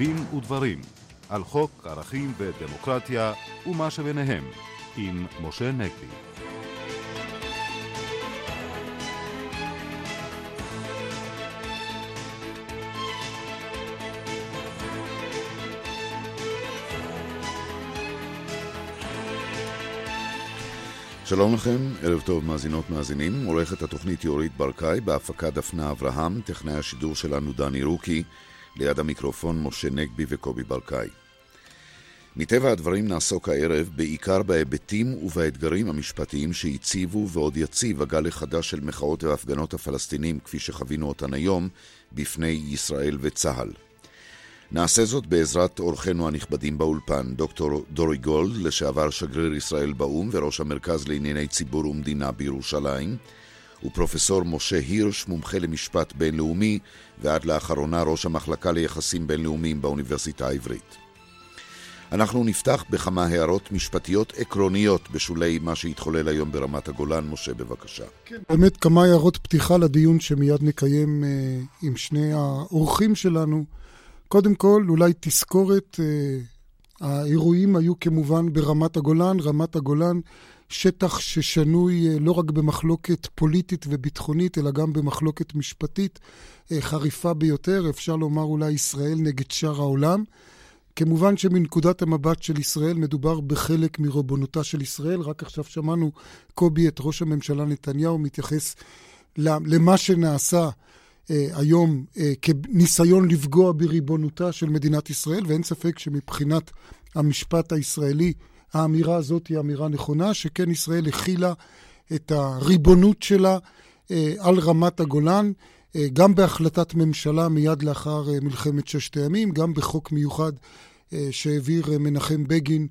דין ודברים על חוק ערכים ודמוקרטיה ומה שביניהם עם משה נגבי. שלום לכם, ערב טוב מאזינות מאזינים, עורכת התוכנית יורית ברקאי, בהפקה דפנה אברהם, טכנאי השידור שלנו דני רוקי, ליד המיקרופון משה נגבי וקובי ברקאי. מטבע הדברים נעסוק הערב בעיקר בהיבטים ובאתגרים המשפטיים שהציבו ועוד יציב הגל החדש של מחאות והפגנות הפלסטינים כפי שחווינו אותן היום בפני ישראל וצהל. נעשה זאת בעזרת אורחנו הנכבדים באולפן, דוקטור דורי גולד, לשעבר שגריר ישראל באום וראש המרכז לענייני ציבור ומדינה בירושלים, ופרופסור משה הירש, מומחה למשפט בינלאומי, ועד לאחרונה ראש המחלקה ליחסים בינלאומיים באוניברסיטה העברית. אנחנו נפתח בכמה הערות משפטיות עקרוניות בשולי מה שהתחולל היום ברמת הגולן. משה, בבקשה. כן, באמת כמה הערות פתיחה לדיון שמיד נקיים עם שני האורחים שלנו. קודם כל, אולי תזכורת, האירועים היו כמובן ברמת הגולן. רמת הגולן, שטח ששנוי לא רק במחלוקת פוליטית וביטחונית, אלא גם במחלוקת משפטית חריפה ביותר. אפשר לומר אולי ישראל נגד שאר העולם. כמובן שמנקודת המבט של ישראל מדובר בחלק מריבונותה של ישראל. רק עכשיו שמענו קובי את ראש הממשלה נתניהו מתייחס למה שנעשה היום כניסיון לפגוע בריבונותה של מדינת ישראל, ואין ספק שמבחינת המשפט הישראלי האמירה הזאת היא אמירה נכונה, שכן ישראל הכילה את הריבונות שלה על רמת הגולן, גם בהחלטת ממשלה מיד לאחר מלחמת ששת הימים, גם בחוק מיוחד שהעביר מנחם בגין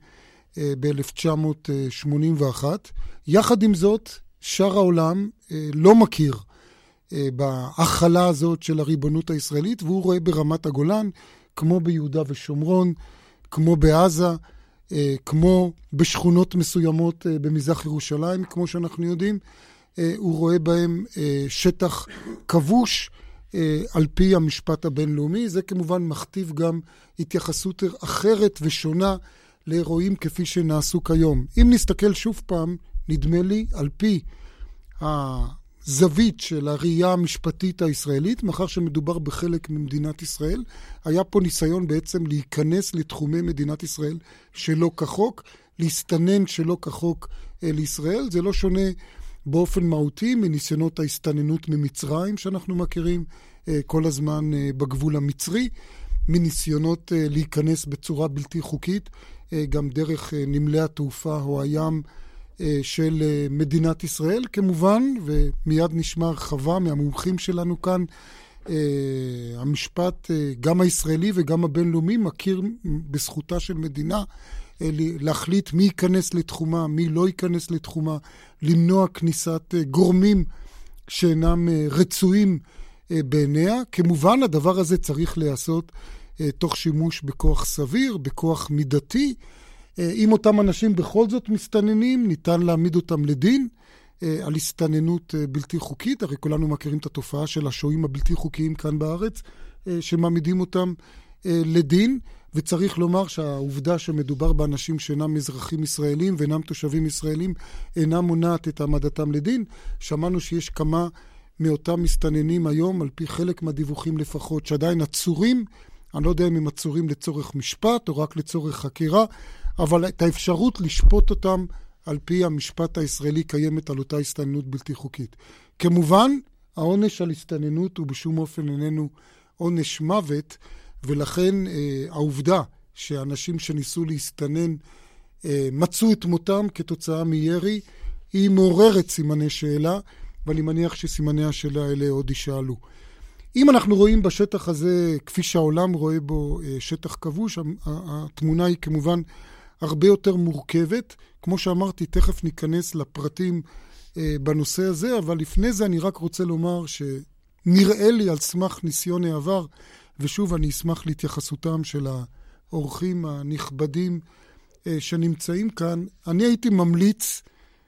ב-1981. יחד עם זאת, שאר העולם לא מכיר בהחלה הזאת של הריבונות הישראלית, והוא רואה ברמת הגולן, כמו ביהודה ושומרון, כמו בעזה, כמו בשכונות מסוימות במזרח ירושלים, כמו שאנחנו יודעים, הוא רואה בהם שטח כבוש על פי המשפט הבינלאומי. זה כמובן מכתיב גם התייחסות אחרת ושונה לאירועים כפי שנעשו כיום. אם נסתכל שוב פעם, נדמה לי, על פי הזווית של הראייה המשפטית הישראלית, מאחר שמדובר בחלק ממדינת ישראל, היה פה ניסיון בעצם להיכנס לתחומי מדינת ישראל שלא כחוק, להסתנן שלא כחוק לישראל. זה לא שונה באופן מהותי מניסיונות ההסתננות ממצרים שאנחנו מכירים כל הזמן בגבול המצרי, מניסיונות להיכנס בצורה בלתי חוקית, גם דרך נמלי התעופה או הים של מדינת ישראל. כמובן, ומיד נשמע הרחבה מהמומחים שלנו כאן, המשפט גם הישראלי וגם הבינלאומי מכיר בזכותה של מדינה להחליט מי ייכנס לתחומה, מי לא ייכנס לתחומה, למנוע כניסת גורמים שאינם רצויים בעיניה. כמובן, הדבר הזה צריך להיעשות תוך שימוש בכוח סביר, בכוח מידתי. אם אותם אנשים בכל זאת מסתננים, ניתן להעמיד אותם לדין על הסתננות בלתי חוקית. הרי כולנו מכירים את התופעה של השוהים הבלתי חוקיים כאן בארץ, שמעמידים אותם לדין. וצריך לומר שהעובדה שמדובר באנשים שאינם אזרחים ישראלים ואינם תושבים ישראלים אינם מונעת את העמדתם לדין. שמענו שיש כמה מאותם מסתננים היום, על פי חלק מהדיווחים לפחות, שעדיין עצורים. אני לא יודע אם הם עצורים לצורך משפט או רק לצורך חקירה, אבל את האפשרות לשפוט אותם על פי המשפט הישראלי קיימת על אותה הסתננות בלתי חוקית. כמובן, העונש על הסתננות הוא בשום אופן איננו עונש מוות, ולכן העובדה שאנשים שניסו להסתנן מצאו את מותם כתוצאה מירי, היא מעוררת סימני שאלה, ואני מניח שסימני השאלה האלה עוד יישאלו. אם אנחנו רואים בשטח הזה, כפי שהעולם רואה בו שטח כבוש, התמונה היא כמובן הרבה יותר מורכבת. כמו שאמרתי, תכף ניכנס לפרטים בנושא הזה, אבל לפני זה אני רק רוצה לומר שנראה לי על סמך ניסיון העבר, ושוב אני אשמח להתייחסותם של האורחים הנכבדים שנמצאים כאן, אני הייתי ממליץ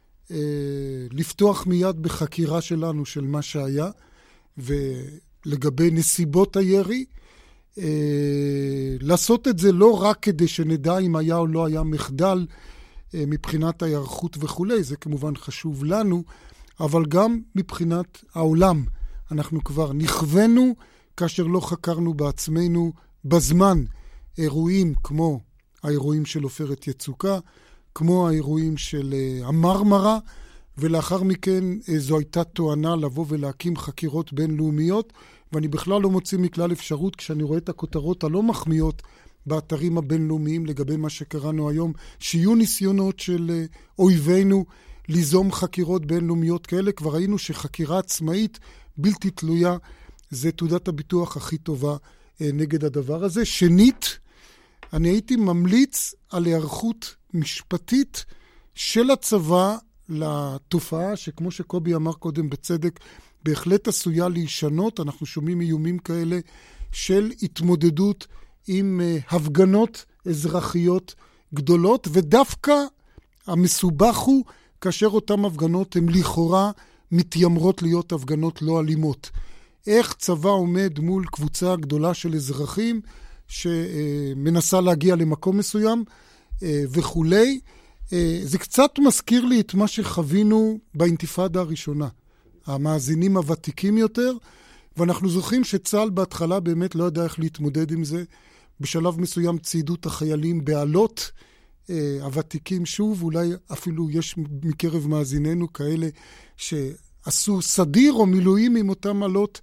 לפתוח מיד בחקירה שלנו של מה שהיה, ולגבי נסיבות הירי, לעשות את זה לא רק כדי שנדע אם היה או לא היה מחדל מבחינת ההיערכות וכו', זה כמובן חשוב לנו, אבל גם מבחינת העולם. אנחנו כבר נכוונו כאשר לא חקרנו בעצמנו בזמן אירועים כמו האירועים של עופרת יצוקה, כמו האירועים של המרמרה, ולאחר מכן זו הייתה טוענה לבוא ולהקים חקירות בינלאומיות, ואני בכלל לא מוציא מכלל אפשרות כשאני רואה את הכותרות הלא מחמיאות באתרים הבינלאומיים לגבי מה שקראנו היום, שיהיו ניסיונות של אויבינו ליזום חקירות בינלאומיות כאלה. כבר ראינו שחקירה עצמאית בלתי תלויה זה תעודת הביטוח הכי טובה נגד הדבר הזה. שנית, אני הייתי ממליץ על היערכות משפטית של הצבא לתופעה שכמו שקובי אמר קודם בצדק, בהחלט עשויה להישנות. אנחנו שומעים איומים כאלה של התמודדות עם הפגנות אזרחיות גדולות, ודווקא המסובך הוא כאשר אותן הפגנות הן לכאורה מתיימרות להיות הפגנות לא אלימות. איך צבא עומד מול קבוצה גדולה של אזרחים שמנסה להגיע למקום מסוים וכולי. זה קצת מזכיר לי את מה שחווינו באינתיפאדה הראשונה. המאזינים הוותיקים יותר, ואנחנו זוכרים שצה"ל בהתחלה באמת לא ידע איך להתמודד עם זה. בשלב מסוים ציידו את החיילים בעלות, הוותיקים שוב, אולי אפילו יש מקרב מאזיננו כאלה שעשו סדיר או מילואים עם אותם עלות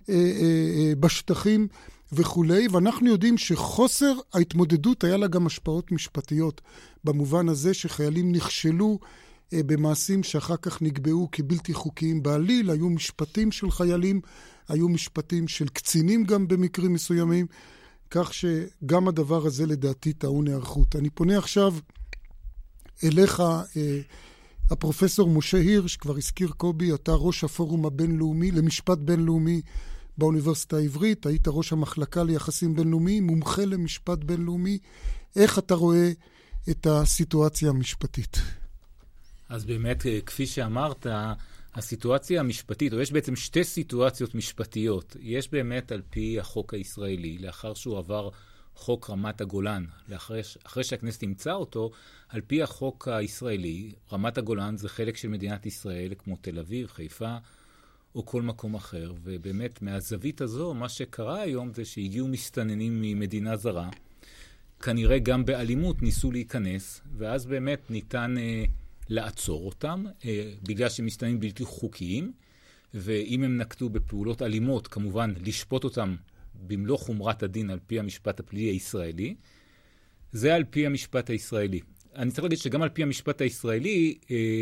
בשטחים וכולי, ואנחנו יודעים שחוסר ההתמודדות היה לה גם השפעות משפטיות, במובן הזה שחיילים נכשלו במעשים שאחר כך נקבעו כבלתי חוקיים בעליל, היו משפטים של חיילים, היו משפטים של קצינים גם במקרים מסוימים, כך שגם הדבר הזה לדעתי טעון היערכות. אני פונה עכשיו אליך, הפרופסור משה הירש, כבר הזכיר קובי, אתה ראש הפורום הבינלאומי למשפט בינלאומי באוניברסיטה העברית, היית ראש המחלקה ליחסים בינלאומיים, מומחה למשפט בינלאומי. איך אתה רואה את הסיטואציה המשפטית? אז באמת, כפי שאמרת, הסיטואציה המשפטית, או יש בעצם שתי סיטואציות משפטיות. יש באמת על פי החוק הישראלי, לאחר שהוא עבר חוק רמת הגולן, אחרי שהכנסת אימצה אותו, על פי החוק הישראלי, רמת הגולן זה חלק של מדינת ישראל, כמו תל אביב, חיפה, או כל מקום אחר. ובאמת, מהזווית הזו, מה שקרה היום זה שהגיעו מסתננים ממדינה זרה, כנראה גם באלימות ניסו להיכנס, ואז באמת ניתן לעצור אותם, בגלל שהם מסתננים בלתי חוקיים, ואם הם נקטו בפעולות אלימות, כמובן לשפוט אותם במלוא חומרת הדין על פי המשפט הפלילי הישראלי. זה על פי המשפט הישראלי. אני צריך להגיד שגם על פי המשפט הישראלי,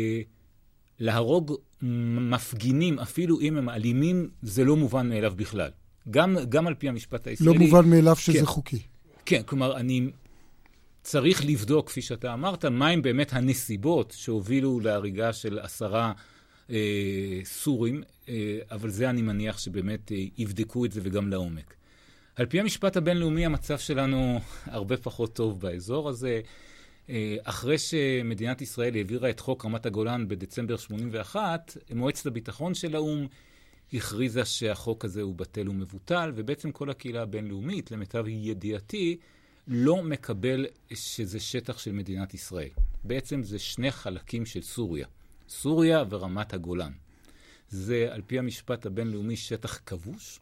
להרוג מפגינים, אפילו אם הם אלימים, זה לא מובן מאליו בכלל. גם על פי המשפט הישראלי. לא מובן מאליו שזה חוקי. כן, כלומר, אני צריך לבדוק, כפי שאתה אמרת, מהם באמת הנסיבות שהובילו להריגה של 10 סורים, אבל זה אני מניח שבאמת יבדקו את זה וגם לעומק. על פי המשפט הבינלאומי, המצב שלנו הרבה פחות טוב באזור הזה. אחרי שמדינת ישראל העבירה את חוק רמת הגולן בדצמבר 81, מועצת הביטחון של האו"ם הכריזה שהחוק הזה הוא בטל ומבוטל, ובעצם כל הקהילה הבינלאומית, למיטב ידיעתי, לא מקבל שזה שטח של מדינת ישראל. בעצם זה שני חלקים של סוריה. סוריה ורמת הגולן. זה על פי המשפט הבינלאומי שטח כבוש,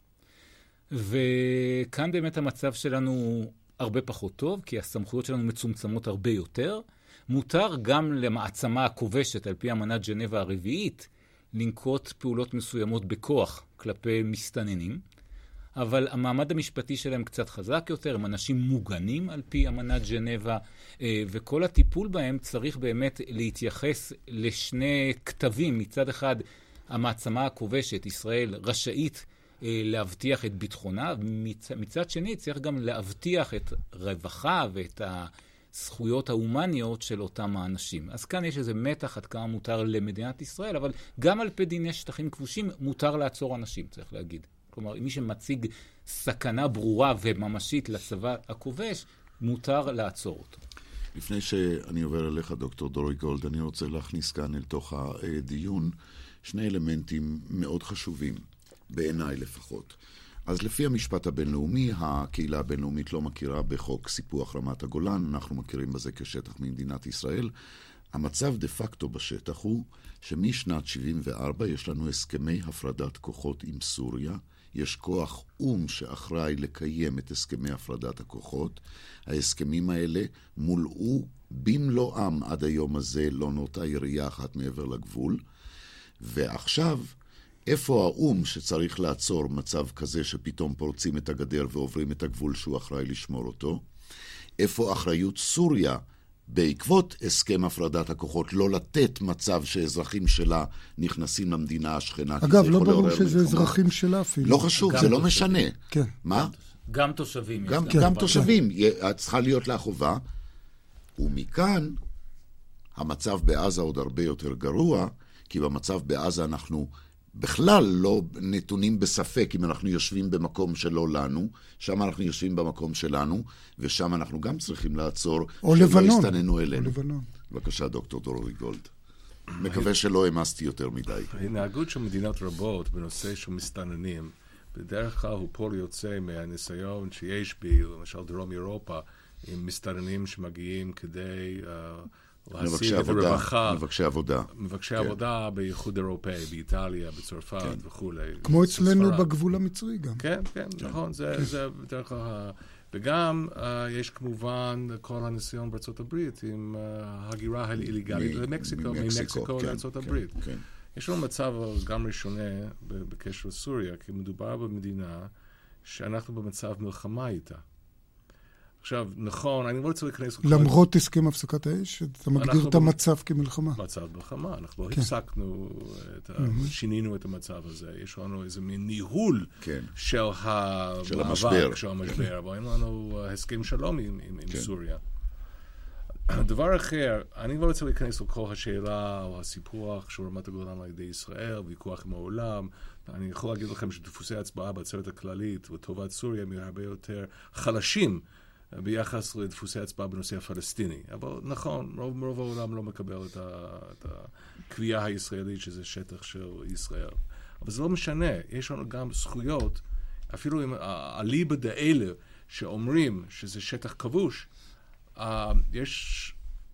וכאן באמת המצב שלנו הרבה פחות טוב, כי הסמכויות שלנו מצומצמות הרבה יותר. מותר גם למעצמה הכובשת על פי אמנת ז'נבה הרביעית לנקוט פעולות מסוימות בכוח כלפי מסתננים, אבל המעמד המשפטי שלהם קצת חזק יותר, הם אנשים מוגנים על פי אמנת ז'נבה, וכל הטיפול בהם צריך באמת להתייחס לשני כתבים. מצד אחד, המעצמה הכובשת, ישראל, רשאית להבטיח את ביטחונה, מצד שני צריך גם להבטיח את רווחה ואת הזכויות ההומניות של אותם האנשים. אז כאן יש איזה מתח עד כמה מותר למדינת ישראל, אבל גם על פי דיני שטחים כבושים מותר לעצור אנשים, צריך להגיד. כלומר, מי שמציג סכנה ברורה וממשית לצבא הכובש, מותר לעצור אותו. לפני שאני עובר אליך, דוקטור דורי גולד, אני רוצה להכניס כאן אל תוך הדיון שני אלמנטים מאוד חשובים, בעיניי לפחות. אז לפי המשפט הבינלאומי, הקהילה הבינלאומית לא מכירה בחוק סיפוח רמת הגולן, אנחנו מכירים בזה כשטח ממדינת ישראל. המצב דה פקטו בשטח הוא שמשנת 74 יש לנו הסכמי הפרדת כוחות עם סוריה, יש כוח אום שאחראי לקיים את הסכמי הפרדת הכוחות. ההסכמים האלה מולאו במלואם עד היום הזה, לא נוטה ירייה אחת מעבר לגבול. ועכשיו, איפה האום שצריך לעצור מצב כזה שפתאום פורצים את הגדר ועוברים את הגבול שהוא אחראי לשמור אותו? איפה אחריות סוריה בעקבות הסכם הפרדת הכוחות לא לתת מצב שאזרחים שלה נכנסים למדינה השכנה? אגב, לא ברור שזה אזרחים שלה אפילו. לא חשוב, זה לא משנה. כן. מה? גם תושבים. גם תושבים. צריכה להיות לה חובה. ומכאן המצב בעזה עוד הרבה יותר גרוע, כי במצב בעזה אנחנו בכלל לא נתונים בספק אם אנחנו יושבים במקום שלא לנו, שם אנחנו יושבים במקום שלנו, ושם אנחנו גם צריכים לעצור, שלא יסתננו אלינו. או לבנון. בבקשה, דוקטור דרורי גולד. מקווה שלא אמסתי יותר מדי. ההתנהגות של מדינות רבות בנושא של מסתננים, בדרך כלל הוא פועל יוצא מהניסיון שיש בי, למשל דרום אירופה, עם מסתננים שמגיעים כדי להשיג את הרווחה. מבקשי עבודה. מבקשי עבודה באיחוד אירופאי, באיטליה, בצרפת וכו'. כמו אצלנו בגבול המצרי גם. כן, נכון, זה בדרך כלל. וגם יש כמובן כל הניסיון בארצות הברית עם הגירה האיליגלית למקסיקו, ממקסיקו לארצות הברית. יש לנו מצב גם ראשונה בקשר לסוריה, כי מדובר במדינה שאנחנו במצב מלחמה איתה. עכשיו, נכון, אני לא רוצה להיכנס... למרות הסכם הפסקת האש, אתה מגדיר את המצב כמלחמה. מצב מלחמה, אנחנו לא הפסקנו, שינינו את המצב הזה. יש לנו איזה מין ניהול של המאבק, של המשבר, אבל אין לנו הסכם שלום עם סוריה. דבר אחר, אני לא רוצה להיכנס לכל השאלה או הסיפוח של רמת הגולן על ידי ישראל, ויכוח עם העולם. אני יכול להגיד לכם שדפוסי ההצבעה בעצרת הכללית לטובת סוריה הם הרבה יותר חלשים ביחס לדפוסי הצבעה בנושא הפלסטיני. אבל נכון, רוב העולם לא מקבל את הקביעה הישראלית שזה שטח של ישראל. אבל זה לא משנה, יש לנו גם זכויות, אפילו עם הליבה דאלה שאומרים שזה שטח כבוש, יש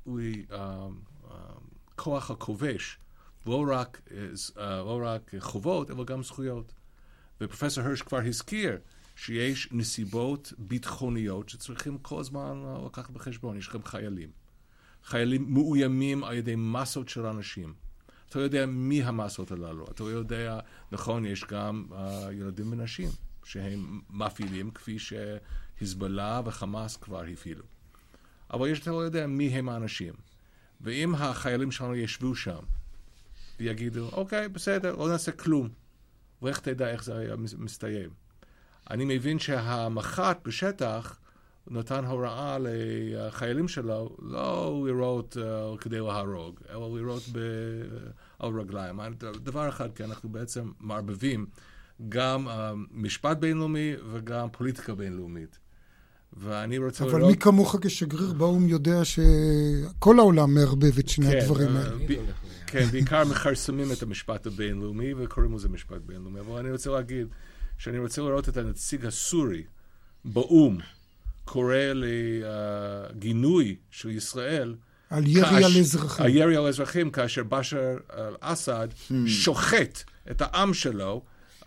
כוח הכובש, לא רק חובות, אבל גם זכויות. ופרופסור הרש כבר הזכיר שיש נסיבות ביטחוניות שצריכים כל הזמן לקחת בחשבון. יש גם חיילים. חיילים מאוימים על ידי מסות של אנשים. אתה יודע מי המסות הללו. אתה יודע, נכון, יש גם ילדים ונשים שהם מפעילים כפי שהזבאללה וחמאס כבר הפעילו. אבל אתה לא יודע מי הם האנשים. ואם החיילים שלנו ישבו שם ויגידו, אוקיי, בסדר, לא נעשה כלום. ואיך תדע איך זה היה מסתיים. אני מבין שהמח"ט בשטח נתן הוראה לחיילים שלו לא לראות כדי להרוג, אלא לראות על רגליים. דבר אחד, כי אנחנו בעצם מערבבים גם משפט בינלאומי וגם פוליטיקה בינלאומית. ואני רוצה אבל מי כמוך כשגריר באום יודע שכל העולם מערבב את שני הדברים האלה. כן, בעיקר מכרסמים את המשפט הבינלאומי וקוראים לזה משפט בינלאומי. אבל אני רוצה להגיד שאני רוצה לראות את הנציג הסורי באום קורא לגינוי של ישראל על ירי על אזרחים. הירי על אזרחים, כאשר בשאר אל-אסד שוחט את העם שלו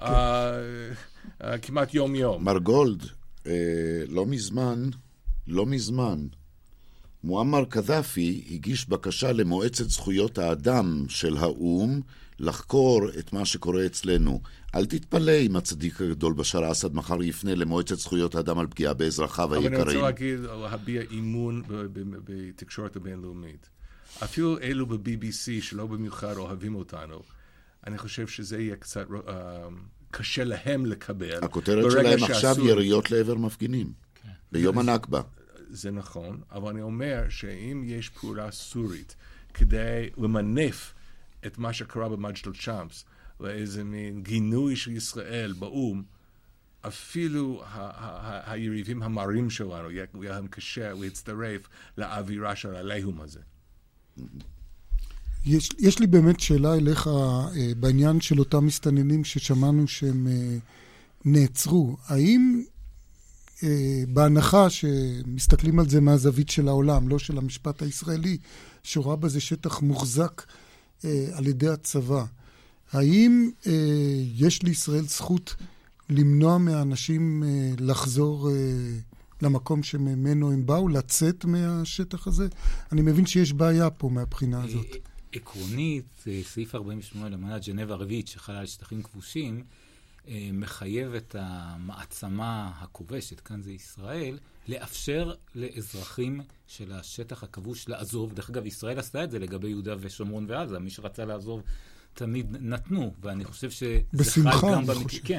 כמעט יום-יום. מר גולד, לא מזמן, מועמר קדאפי הגיש בקשה למועצת זכויות האדם של האום לחקור את מה שקורה אצלנו. אל תתפלא אם הצדיק הגדול בשאר אסד מחר יפנה למועצת זכויות האדם על פגיעה באזרחיו היקרים. אבל אני רוצה להביע אימון בתקשורת הבינלאומית. אפילו אלו ב-BBC שלא במיוחד אוהבים אותנו, אני חושב שזה יהיה קצת קשה להם לקבל. הכותרת שלהם עכשיו יריות לעבר מפגינים, ביום הנכבה. זה נכון, אבל אני אומר שאם יש פעולה סורית כדי למנף את מה שקרה במג'דל שמס, לאיזה מין גינוי של ישראל באום, אפילו היריבים המרים שלנו, יהיה להם קשה להצטרף לאווירה של העליהום הזה. יש לי באמת שאלה אליך בעניין של אותם מסתננים ששמענו שהם נעצרו. האם בהנחה שמסתכלים על זה מהזווית של העולם, לא של המשפט הישראלי, שרואה בזה שטח מוחזק על ידי הצבא, האם יש לישראל זכות למנוע מהאנשים לחזור למקום שממנו הם באו, לצאת מהשטח הזה? אני מבין שיש בעיה פה מהבחינה הזאת. עקרונית, סעיף 48 לאמנת ז'נבה הרביעית שחלה על שטחים כבושים, מחייב את המעצמה הכובשת, כאן זה ישראל, לאפשר לאזרחים של השטח הכבוש לעזוב. דרך אגב, ישראל עשתה את זה לגבי יהודה ושומרון ועזה. מי שרצה לעזוב תמיד נתנו, ואני חושב שזה חל גם במקרה. כן.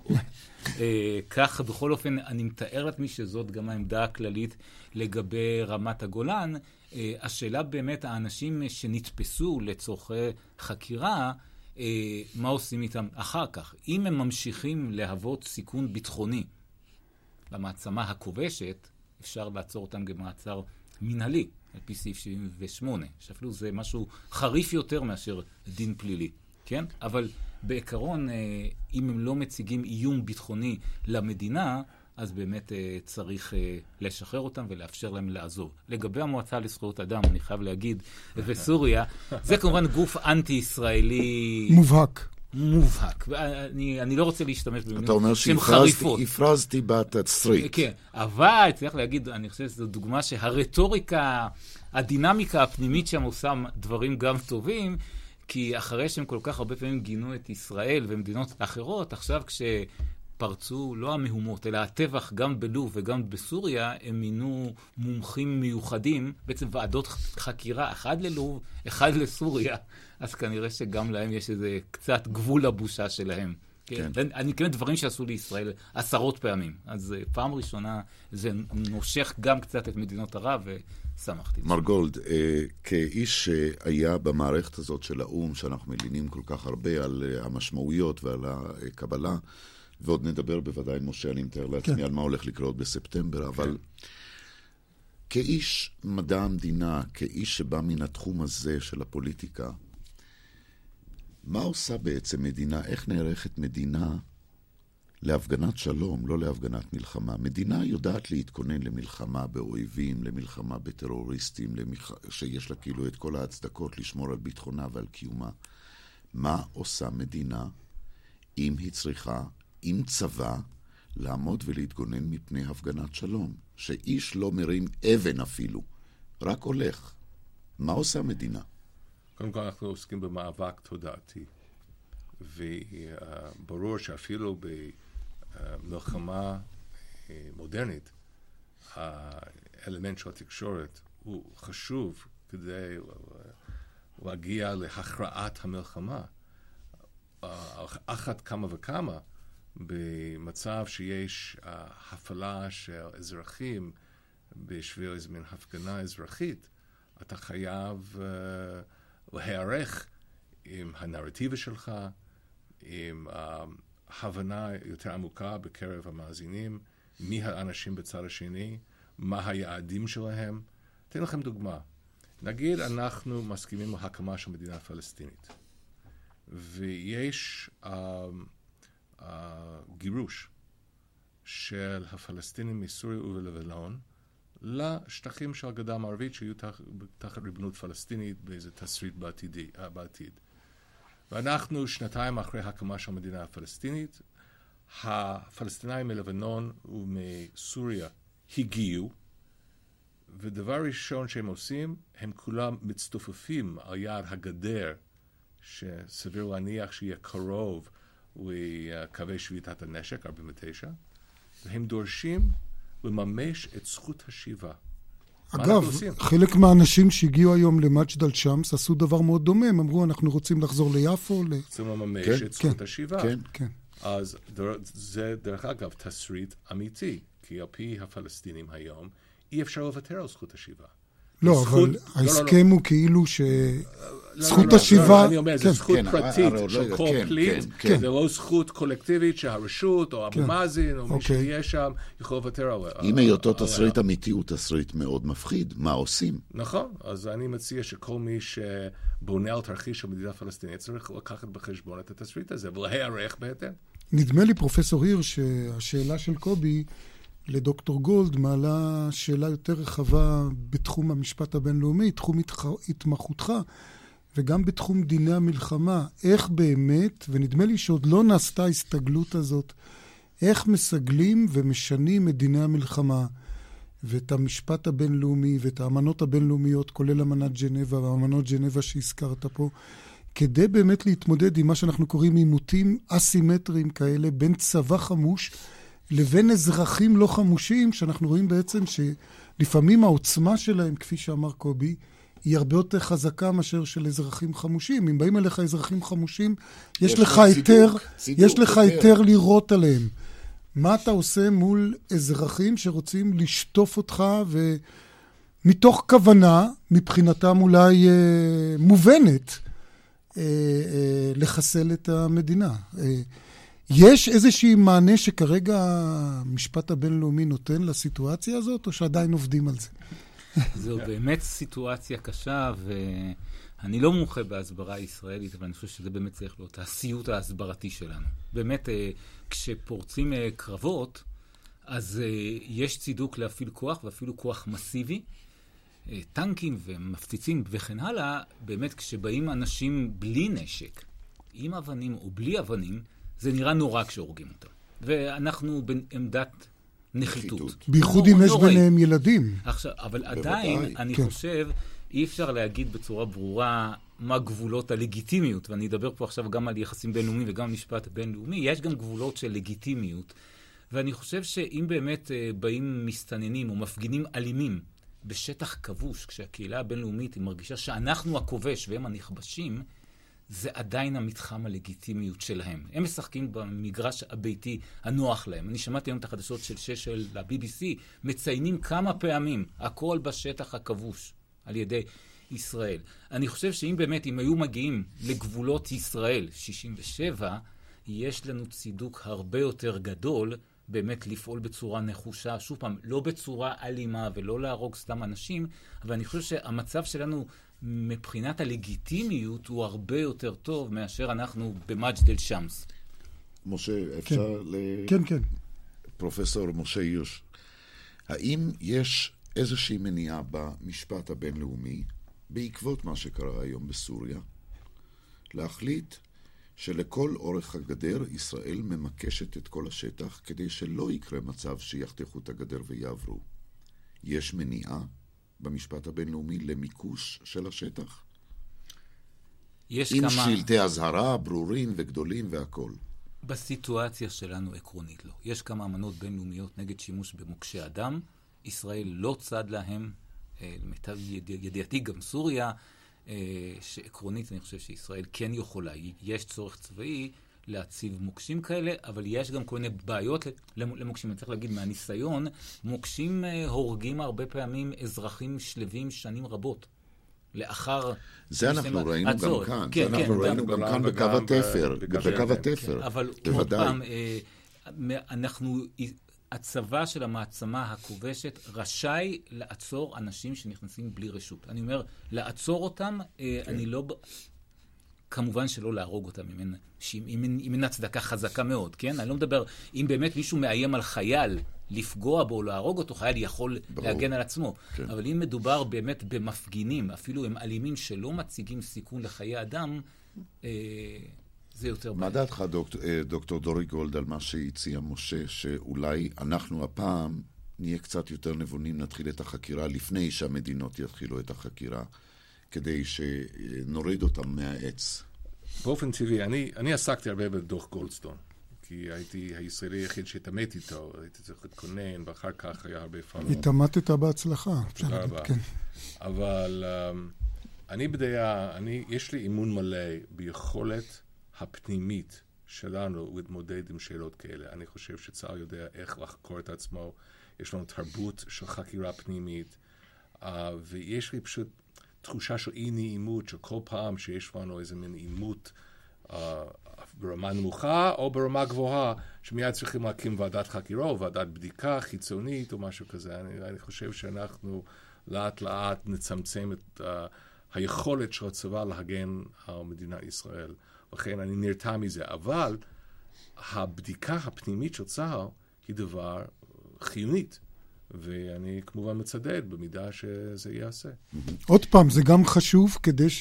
כך, בכל אופן, אני מתאר לעצמי שזאת גם העמדה הכללית לגבי רמת הגולן. השאלה באמת, האנשים שנתפסו לצורכי חקירה, מה עושים איתם אחר כך? אם הם ממשיכים להוות סיכון ביטחוני למעצמה הכובשת, אפשר לעצור אותם במעצר מנהלי, על פי סעיף 78, שאפילו זה משהו חריף יותר מאשר דין פלילי, כן? אבל בעיקרון, אם הם לא מציגים איום ביטחוני למדינה, אז באמת צריך לשחרר אותם ולאפשר להם לעזוב. לגבי המועצה לזכויות אדם, אני חייב להגיד, בסוריה, זה כמובן גוף אנטי-ישראלי... מובהק. אני לא רוצה להשתמש במילים שהן חריפות. אתה אומר שהפרזתי בתסריט. כן, אבל צריך להגיד, אני חושב שזו דוגמה שהרטוריקה, הדינמיקה הפנימית שם עושה דברים גם טובים, כי אחרי שהם כל כך הרבה פעמים גינו את ישראל ומדינות אחרות, עכשיו פרצו לא המהומות, אלא הטבח גם בלוב וגם בסוריה, הם מינו מומחים מיוחדים, בעצם ועדות חקירה, אחד ללוב, אחד לסוריה, אז כנראה שגם להם יש איזה קצת גבול לבושה שלהם. כן. אני מכיר דברים שעשו לישראל עשרות פעמים, אז פעם ראשונה זה נושך גם קצת את מדינות ערב, ושמחתי. מר גולד, כאיש שהיה במערכת הזאת של האום, שאנחנו מלינים כל כך הרבה על המשמעויות ועל הקבלה, ועוד נדבר בוודאי, משה, אני מתאר לעצמי על מה הולך לקרות בספטמבר, אבל כאיש מדע המדינה, כאיש שבא מן התחום הזה של הפוליטיקה, מה עושה בעצם מדינה? איך נערכת מדינה להפגנת שלום, לא להפגנת מלחמה? מדינה יודעת להתכונן למלחמה באויבים, למלחמה בטרוריסטים, שיש לה כאילו את כל ההצדקות לשמור על ביטחונה ועל קיומה. מה עושה מדינה אם היא צריכה עם צבא לעמוד ולהתגונן מפני הפגנת שלום, שאיש לא מרים אבן אפילו, רק הולך? מה עושה מדינה? קודם כל אנחנו עוסקים במאבק תודעתי, וברור שאפילו במלחמה מודרנית, האלמנט של התקשורת הוא חשוב כדי להגיע להכרעת המלחמה. אחת כמה וכמה, במצב שיש הפעלה של אזרחים בשביל איזו מין הפגנה אזרחית, אתה חייב להיערך עם הנרטיבה שלך, עם הבנה יותר עמוקה בקרב המאזינים, מי האנשים בצד השני, מה היעדים שלהם. אתן לכם דוגמה. נגיד אנחנו מסכימים להקמה של מדינה פלסטינית, ויש גירוש של הפלסטינים מסוריה ולבנון לשטחים של הגדה המערבית שיהיו תחת ריבונות פלסטינית באיזה תסריט בעתיד. ואנחנו שנתיים אחרי הקמה של המדינה הפלסטינית, הפלסטינאים מלבנון ומסוריה הגיעו, ודבר ראשון שהם עושים, הם כולם מצטופפים על יד הגדר, שסביר להניח שיהיה קרוב לקווי שביתת הנשק, 49, והם דורשים לממש את זכות השיבה. אגב, חלק מהאנשים שהגיעו היום למג'דל אל-שמס עשו דבר מאוד דומה, הם אמרו, אנחנו רוצים לחזור ליפו. רוצים לממש את זכות השיבה. כן, כן. אז זה דרך אגב תסריט אמיתי, כי על פי הפלסטינים היום, אי אפשר לוותר על זכות השיבה. לא, אבל ההסכם הוא כאילו שזכות השיבה... אני אומר, זו זכות פרטית של כל פליט, זה לא זכות קולקטיבית שהרשות או אבו מאזן או מי שיהיה שם יכול לוותר עליה. אם היותו תסריט אמיתי הוא תסריט מאוד מפחיד, מה עושים? נכון, אז אני מציע שכל מי שבונה על תרחיש של מדינה פלסטינית צריך לקחת בחשבון את התסריט הזה ולהיערך בהתאם. נדמה לי, פרופסור הירש, שהשאלה של קובי לדוקטור גולד מעלה שאלה יותר רחבה בתחום המשפט הבינלאומי, תחום התמחותך, וגם בתחום דיני המלחמה. איך באמת, ונדמה לי שעוד לא נעשתה ההסתגלות הזאת, איך מסגלים ומשנים את דיני המלחמה, ואת המשפט הבינלאומי, ואת האמנות הבינלאומיות, כולל אמנת ג'נבה, והאמנות ג'נבה שהזכרת פה, כדי באמת להתמודד עם מה שאנחנו קוראים עימותים אסימטריים כאלה, בין צבא חמוש לבין אזרחים לא חמושים, שאנחנו רואים בעצם שלפעמים העוצמה שלהם, כפי שאמר קובי, היא הרבה יותר חזקה מאשר של אזרחים חמושים. אם באים אליך אזרחים חמושים, יש לך היתר לראות עליהם. מה אתה עושה מול אזרחים שרוצים לשטוף אותך, ומתוך כוונה, מבחינתם אולי מובנת, לחסל את המדינה. יש איזושהי מענה שכרגע המשפט הבינלאומי נותן לסיטואציה הזאת, או שעדיין עובדים על זה? זו באמת סיטואציה קשה, ואני לא מומחה בהסברה הישראלית, אבל אני חושב שזה באמת צריך להיות הסיוט ההסברתי שלנו. באמת, כשפורצים קרבות, אז יש צידוק להפעיל כוח, ואפילו כוח מסיבי, טנקים ומפציצים וכן הלאה. באמת, כשבאים אנשים בלי נשק, עם אבנים או בלי אבנים, זה נראה נורא כשהורגים אותם. ואנחנו בעמדת נחיתות. בייחוד אם יש ביניהם ילדים. עכשיו, אבל עדיין, אני חושב, אי אפשר להגיד בצורה ברורה מה גבולות הלגיטימיות, ואני אדבר פה עכשיו גם על יחסים בינלאומיים וגם על משפט בינלאומי. יש גם גבולות של לגיטימיות, ואני חושב שאם באמת באים מסתננים או מפגינים אלימים בשטח כבוש, כשהקהילה הבינלאומית היא מרגישה שאנחנו הכובש והם הנכבשים, זה עדיין המתחם הלגיטימיות שלהם. הם משחקים במגרש הביתי הנוח להם. אני שמעתי היום את החדשות של 6 של ה-BBC, מציינים כמה פעמים, הכל בשטח הכבוש על ידי ישראל. אני חושב שאם באמת, אם היו מגיעים לגבולות ישראל, 67, יש לנו צידוק הרבה יותר גדול, באמת לפעול בצורה נחושה, שוב פעם, לא בצורה אלימה ולא להרוג סתם אנשים, אבל אני חושב שהמצב שלנו מבחינת הלגיטימיות הוא הרבה יותר טוב מאשר אנחנו במג'דל שמס. משה, אפשר כן, כן. פרופסור משה הירש, האם יש איזושהי מניעה במשפט הבינלאומי, בעקבות מה שקרה היום בסוריה, להחליט שלכל אורך הגדר ישראל ממקשת את כל השטח כדי שלא יקרה מצב שיחתכו את הגדר ויעברו? יש מניעה במשפט הבינלאומי למיקוש של השטח? עם שלטי הזהרה ברורים וגדולים והכל. בסיטואציה שלנו עקרונית לא. יש כמה אמנות בינלאומיות נגד שימוש במוקשי אדם. ישראל לא צד להם, למיטב ידיעתי גם סוריה, שעקרונית אני חושב שישראל כן יכולה, יש צורך צבאי להציב מוקשים כאלה, אבל יש גם כל מיני בעיות למוקשים. אני צריך להגיד מהניסיון, מוקשים הורגים הרבה פעמים אזרחים שלבים שנים רבות. לאחר... זה אנחנו ראינו גם כאן. זה אנחנו ראינו גם כאן בקו התפר. בקו התפר. אבל כמו פעם, אנחנו... הצבא של המעצמה הכובשת רשאי לעצור אנשים שנכנסים בלי רשות. אני אומר, לעצור אותם, אני לא... כמובן שלא להרוג אותם, אם אין הצדקה חזקה מאוד, כן? אני לא מדבר, אם באמת מישהו מאיים על חייל לפגוע בו או להרוג אותו, חייל יכול להגן על עצמו. כן. אבל אם מדובר באמת במפגינים, אפילו הם אלימים שלא מציגים סיכון לחיי אדם, זה יותר בעיה. מה דעתך, דוקטור דורי גולד, על מה שהציע משה, שאולי אנחנו הפעם נהיה קצת יותר נבונים, נתחיל את החקירה לפני שהמדינות יתחילו את החקירה, כדי שנוריד אותם מהעץ? באופן טבעי, אני עסקתי הרבה בדוח גולדסטון, כי הייתי הישראלי היחיד שהתעמת איתו, הייתי צריך להתכונן, ואחר כך היה הרבה פעמים. התעמתת בהצלחה. תודה רבה. כן. אבל אני בדעה, יש לי אימון מלא ביכולת הפנימית שלנו להתמודד עם שאלות כאלה. אני חושב שצה"ל יודע איך לחקור את עצמו, יש לנו תרבות של חקירה פנימית, ויש לי פשוט תחושה של אי נעימות, שכל פעם שיש לנו איזה מין עימות ברמה נמוכה או ברמה גבוהה, שמיד צריכים להקים ועדת חקירה או ועדת בדיקה חיצונית או משהו כזה. אני חושב שאנחנו לאט לאט נצמצם את היכולת של הצבא להגן על מדינת ישראל. לכן אני נרתע מזה. אבל הבדיקה הפנימית של צה"ל היא דבר חיונית, ואני כמובן מצדד במידה שזה יעשה. עוד פעם, זה גם חשוב כדי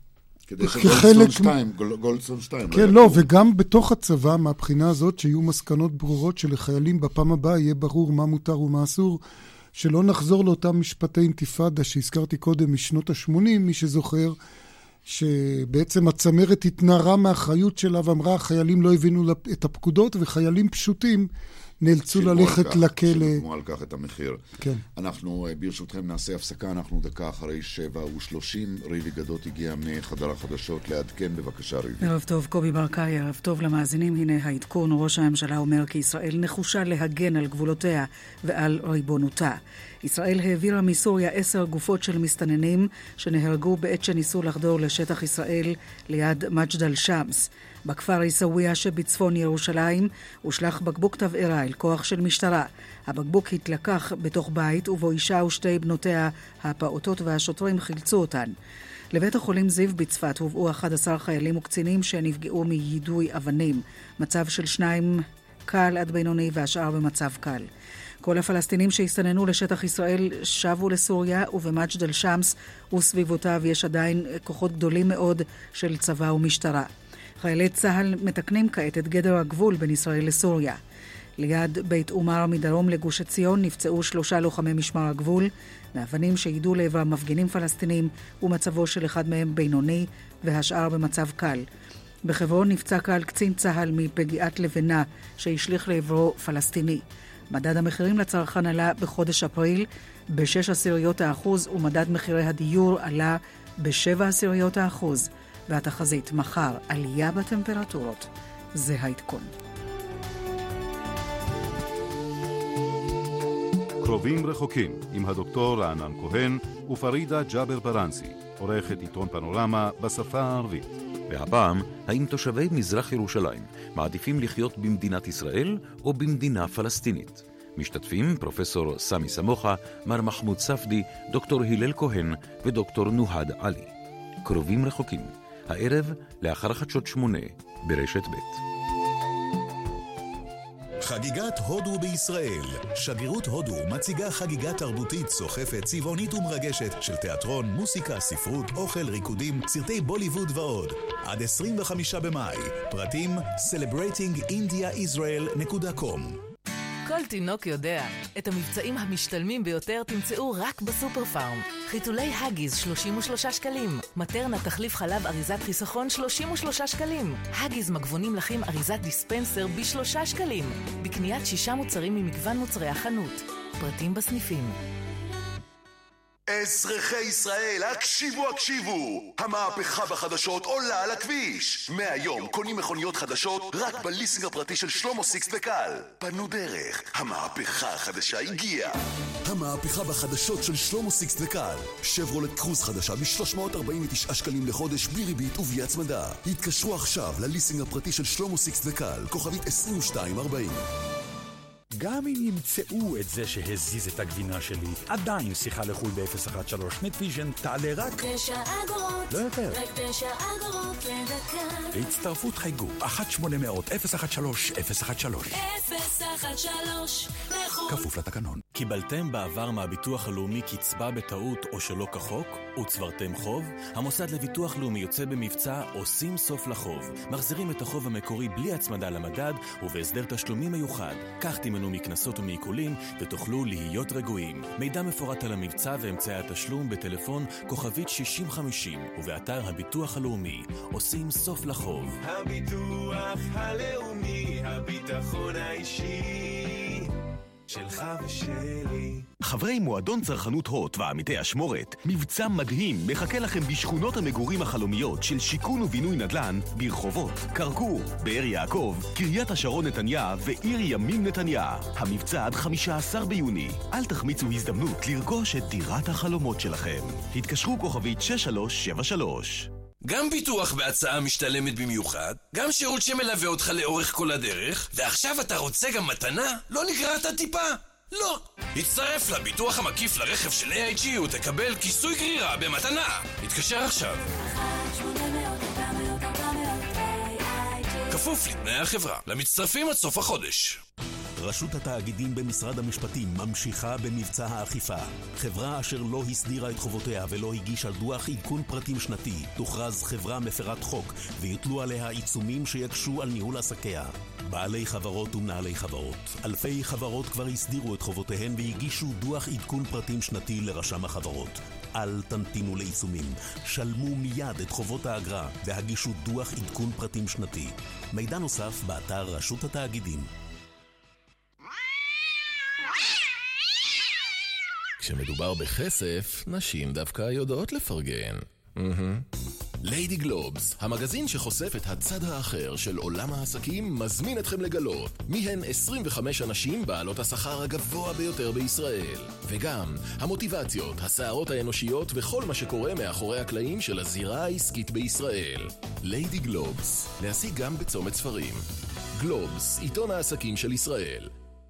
גולדסטון 2. כן, לא, וגם בתוך הצבא, מהבחינה הזאת, שיהיו מסקנות ברורות שלחיילים בפעם הבאה יהיה ברור מה מותר ומה אסור, שלא נחזור לאותם משפטי אינתיפאדה שהזכרתי קודם משנות ה-80, מי שזוכר, שבעצם הצמרת התנערה מהאחריות שלה ואמרה, החיילים לא הבינו את הפקודות, וחיילים פשוטים נאלצו ללכת לכלא. שילמו על כך את המחיר. כן. אנחנו ברשותכם נעשה הפסקה, אנחנו דקה אחרי 7:30. ריבי גדות הגיע מחדר החדשות לעדכן, בבקשה ריבי. ערב טוב, קובי ברקאי, ערב טוב למאזינים. הנה העדכון, ראש הממשלה אומר כי ישראל נחושה להגן על גבולותיה ועל ריבונותה. ישראל העבירה מסוריה 10 גופות של מסתננים שנהרגו בעת שניסו לחדור לשטח ישראל ליד מג'דל שמס. בכפר עיסאוויה שבצפון ירושלים הושלך בקבוק תבערה אל כוח של משטרה. הבקבוק התלקח בתוך בית ובו אישה ושתי בנותיה הפעוטות והשוטרים חילצו אותן. לבית החולים זיו בצפת הובאו 11 חיילים וקצינים שנפגעו מיידוי אבנים. מצב של 2 קל עד בינוני והשאר במצב קל. כל הפלסטינים שהסתננו לשטח ישראל שבו לסוריה, ובמג'דל שמס וסביבותיו יש עדיין כוחות גדולים מאוד של צבא ומשטרה. חיילי צהל מתקנים כעת את גדר הגבול בין ישראל לסוריה. ליד בית עומר מדרום לגוש עציון נפצעו 3 לוחמי משמר הגבול, מאבנים שידעו לעבר מפגינים פלסטינים, ומצבו של אחד מהם בינוני והשאר במצב קל. בחברון נפצע קל קצין צהל מפגיעת לבנה שהשליך לעברו פלסטיני. מדד המחירים לצרכן עלה בחודש אפריל ב6%, ומדד מחירי הדיור עלה ב7%. והתחזית מחר עלייה בטמפרטורות. זה העדכון. קרובים רחוקים עם הדוקטור רענן כהן ופרידה ג'אבר ברנסי, עורכת עיתון פנורמה בשפה הערבית. והפעם, האם תושבי מזרח ירושלים מעדיפים לחיות במדינת ישראל או במדינה פלסטינית? משתתפים פרופסור סמי סמוחה, מר מחמוד ספדי, דוקטור הלל כהן ודוקטור נוהד עלי. קרובים רחוקים. הערב לאחר חדשות 8 ברשת ב'. חגיגת הודו בישראל. שגרירות הודו מציגה חגיגה תרבותית סוחפת, צבעונית ומרגשת של תיאטרון, מוסיקה, ספרות, אוכל, ריקודים, סרטי בוליווד ועוד. עד 25 במאי. פרטים celebratingindiaisrael.com. כל תינוק יודע, את המבצעים המשתלמים ביותר תמצאו רק בסופר פארם. חיתולי הגיז 33 שקלים, מטרנה תחליף חלב אריזת חיסכון 33 שקלים, הגיז מגבונים לחים אריזת דיספנסר ב3 שקלים, בקניית 6 מוצרים ממגוון מוצרי החנות. פרטים בסניפים. אזרחי ישראל, הקשיבו! המהפכה בחדשות עולה על הכביש. מהיום קונים מכוניות חדשות רק בליסינג הפרטי של שלמה סיקסט וקל. פנו דרך, המהפכה החדשה הגיעה. המהפכה בחדשות של שלמה סיקסט וקל. שברולט קרוז חדשה ב-349 שקלים לחודש בלי ריבית ובלי הצמדה. התקשרו עכשיו לליסינג הפרטי של שלמה סיקסט וקל, כוכבית 2240. גם אם ימצאו את זה שהזיז את הגבינה שלי, עדיין שיחה לחול ב-013 נטוויז'ן תעלה רק 9 אגורות, לא יותר. רק 9 אגורות לדקה. להצטרפות חייגו 1-800-013-013 כפוף לתקנון. קיבלתם בעבר מהביטוח הלאומי קצבה בטעות או שלא כחוק? וצברתם חוב? המוסד לביטוח לאומי יוצא במבצע עושים סוף לחוב. מחזירים את החוב המקורי בלי הצמדה למדד ובהסדר תשלומים מיוחד. כך תימנו מכנסות ומעיקולים ותוכלו להיות רגועים. מידע מפורט על המבצע ואמצעי התשלום בטלפון כוכבית 6050 ובאתר הביטוח הלאומי. עושים סוף לחוב. הביטוח הלאומי, הביטחון האישי שלך ושלי. חברי מועדון צרכנות הוט ועמיתי השמורת, מבצע מדהים מחכה לכם בשכונות המגורים החלומיות של שיכון ובינוי נדל"ן ברחובות, קרקור, באר יעקב, קריית השרון נתניה ועיר ימים נתניה. המבצע עד 15 ביוני. אל תחמיצו הזדמנות לרכוש את דירת החלומות שלכם. התקשרו כוכבית 6373. גם ביטוח בהצעה משתלמת במיוחד, גם שירות שמלווה אותך לאורך כל הדרך, ועכשיו אתה רוצה גם מתנה? לא נגרעת טיפה? לא! הצטרף לביטוח המקיף לרכב של AIG ותקבל כיסוי גרירה במתנה. התקשר עכשיו. בכפוף לתנאי החברה. למצטרפים עד סוף החודש. רשות התאגידים במשרד המשפטים ממשיכה במבצע האכיפה. חברה אשר לא הסדירה את חובותיה ולא הגישה דוח עדכון פרטים שנתי, תוכרז חברה מפרת חוק ויוטלו עליה עיצומים שיקשו על ניהול עסקיה. בעלי חברות ומנהלי חברות. אלפי חברות כבר הסדירו את חובותיהן והגישו דוח עדכון פרטים שנתי לרשם החברות. אל תמתינו לעיצומים. שלמו מיד את חובות האגרה והגישו דוח עדכון פרטים שנתי. מידע נוסף באתר רשות התאגידים. כשמדובר בכסף, נשים דווקא יודעות לפרגן. ליידי גלובס, המגזין שחושף את הצד האחר של עולם העסקים, מזמין אתכם לגלות מיהן 25 הנשים בעלות השכר הגבוה ביותר בישראל. וגם המוטיבציות, הסערות האנושיות וכל מה שקורה מאחורי הקלעים של הזירה העסקית בישראל. ליידי גלובס, להשיג גם בצומת ספרים. גלובס, עיתון העסקים של ישראל.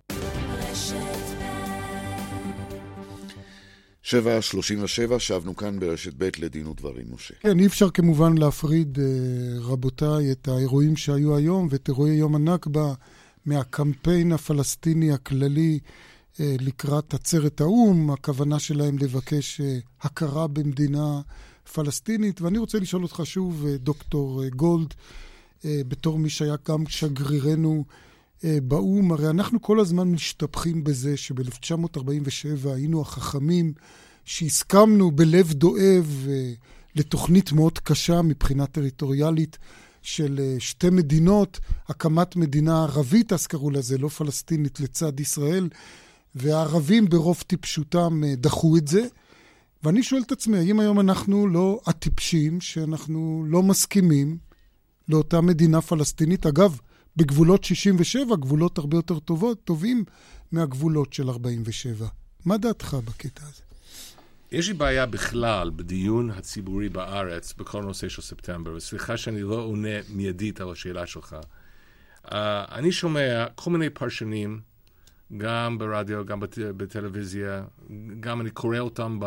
7:37, שבנו כאן ברשת ב' לדין ודברים, משה. כן, אי אפשר כמובן להפריד, רבותיי, את האירועים שהיו היום ואת אירועי יום הנכבה מהקמפיין הפלסטיני הכללי לקראת עצרת האו"ם, הכוונה שלהם לבקש הכרה במדינה פלסטינית. ואני רוצה לשאול אותך שוב, דוקטור גולד, בתור מי שהיה גם שגרירנו באו"ם, הרי אנחנו כל הזמן משתפכים בזה שב-1947 היינו החכמים שהסכמנו בלב דואב לתוכנית מאוד קשה מבחינה טריטוריאלית של שתי מדינות, הקמת מדינה ערבית, אז קראו לזה, לא פלסטינית, לצד ישראל, והערבים ברוב טיפשותם דחו את זה. ואני שואל את עצמי, האם היום אנחנו לא הטיפשים, שאנחנו לא מסכימים לאותה מדינה פלסטינית? אגב, בגבולות 67, גבולות הרבה יותר טובים מהגבולות של 47. מה דעתך בקטע הזה? יש לי בעיה בכלל בדיון הציבורי בארץ בכל נושא של ספטמבר, וסליחה שאני לא עונה מיידית על השאלה שלך. אני שומע כל מיני פרשנים, גם ברדיו, גם בטלוויזיה, גם אני קורא אותם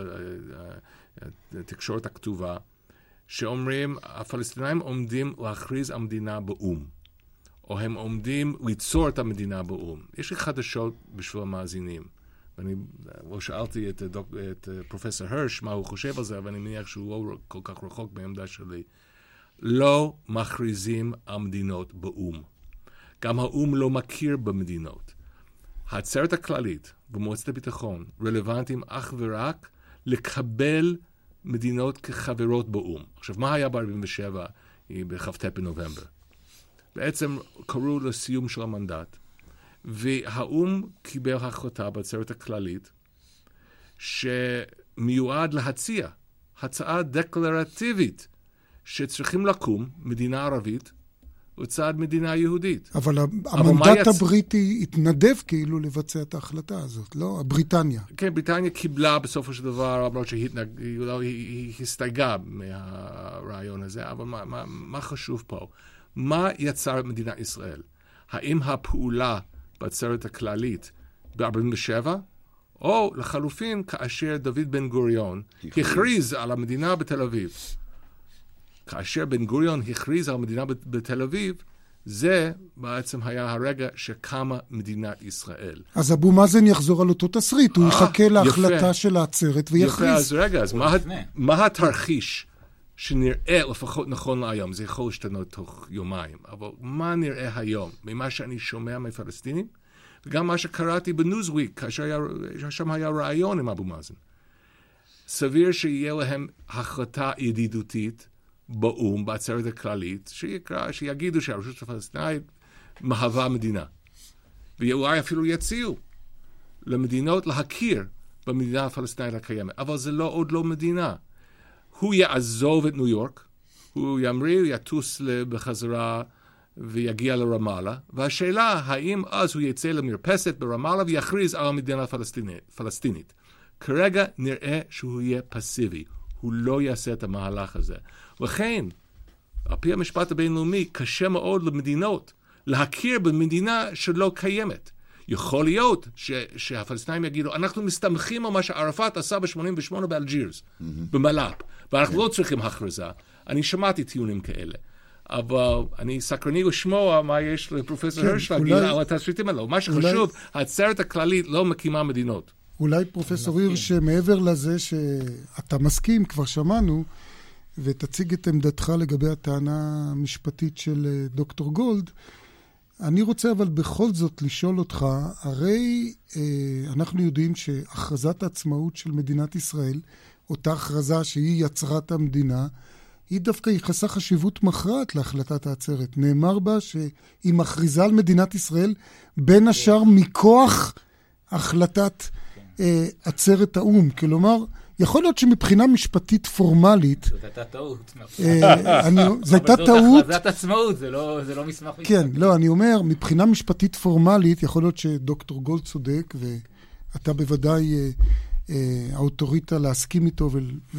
בתקשורת הכתובה, שאומרים, הפלסטינאים עומדים להכריז המדינה באו"ם. או הם עומדים ליצור את המדינה באו"ם. יש לי חדשות בשביל המאזינים. ואני לא שאלתי את פרופסור הרש מה הוא חושב על זה, אבל אני מניח שהוא לא כל כך רחוק בעמדה שלי. לא מכריזים המדינות באו"ם. גם האו"ם לא מכיר במדינות. העצרת הכללית במועצת הביטחון רלוונטיים אך ורק לקבל מדינות כחברות באו"ם. עכשיו, מה היה ב-47 בכ"ט בנובמבר? בעצם קראו לסיום של המנדט, והאו"ם קיבל החלטה בעצרת הכללית שמיועד להציע הצעה דקלרטיבית שצריכים לקום מדינה ערבית לצד מדינה יהודית. אבל המנדט הבריטי התנדב כאילו לבצע את ההחלטה הזאת, לא? הבריטניה. כן, בריטניה קיבלה בסופו של דבר, למרות שהיא הסתייגה מהרעיון הזה, אבל מה חשוב פה? מה יצר את מדינת ישראל? האם הפעולה בעצרת הכללית ב-47, או לחלופין כאשר דוד בן גוריון הכריז על המדינה בתל אביב? כאשר בן גוריון הכריז על המדינה בתל אביב, זה בעצם היה הרגע שקמה מדינת ישראל. אז אבו מאזן יחזור על אותו תסריט, הוא יחכה להחלטה של העצרת ויכריז. יפה, אז רגע, אז מה התרחיש שנראה לפחות נכון להיום? זה יכול להשתנות תוך יומיים, אבל מה נראה היום? ממה שאני שומע מפלסטינים, וגם מה שקראתי בניוזוויק, כאשר שם היה רעיון עם אבו מאזן. סביר שיהיה להם החלטה ידידותית באו"ם, בעצרת הכללית, שיגידו שהרשות הפלסטינאית מהווה מדינה. ואולי אפילו יציעו למדינות להכיר במדינה הפלסטינאית הקיימת. אבל זה עוד לא מדינה. הוא יעזוב את ניו יורק, הוא ימריא, יטוס בחזרה ויגיע לרמאללה, והשאלה האם אז הוא יצא למרפסת ברמאללה ויכריז על המדינה הפלסטינית. כרגע נראה שהוא יהיה פסיבי. הוא לא יעשה את המהלך הזה. לכן, על פי המשפט הבינלאומי, קשה מאוד למדינות להכיר במדינה שלא קיימת. יכול להיות שהפלסטינאים יגידו, אנחנו מסתמכים על מה שערפאת עשה ב-88 באלג'ירס, במלאפ, ואנחנו לא צריכים הכרזה. אני שמעתי טיעונים כאלה. אבל אני סקרני לשמוע מה יש לפרופסור הרש להגיד על התסריטים האלו. מה שחשוב, העצרת הכללית לא מקימה מדינות. אולי פרופסור הירש, מעבר לזה שאתה מסכים, כבר שמענו, ותציג את עמדתך לגבי הטענה המשפטית של דוקטור גולד, אני רוצה אבל בכל זאת לשאול אותך, הרי אנחנו יודעים שהכרזת העצמאות של מדינת ישראל, אותה הכרזה שהיא יצרה את המדינה, היא דווקא ייחסה חשיבות מכרעת להחלטת העצרת. נאמר בה שהיא מכריזה על מדינת ישראל בין השאר מכוח החלטת עצרת האום. כלומר, יכול להיות שמבחינה משפטית פורמלית... זאת הייתה טעות. זו הייתה טעות. הכרזת עצמאות, זה לא מסמך משפטי. כן, לא, אני אומר, מבחינה משפטית פורמלית, יכול להיות שדוקטור גולד צודק, ואתה בוודאי האוטוריטה להסכים איתו,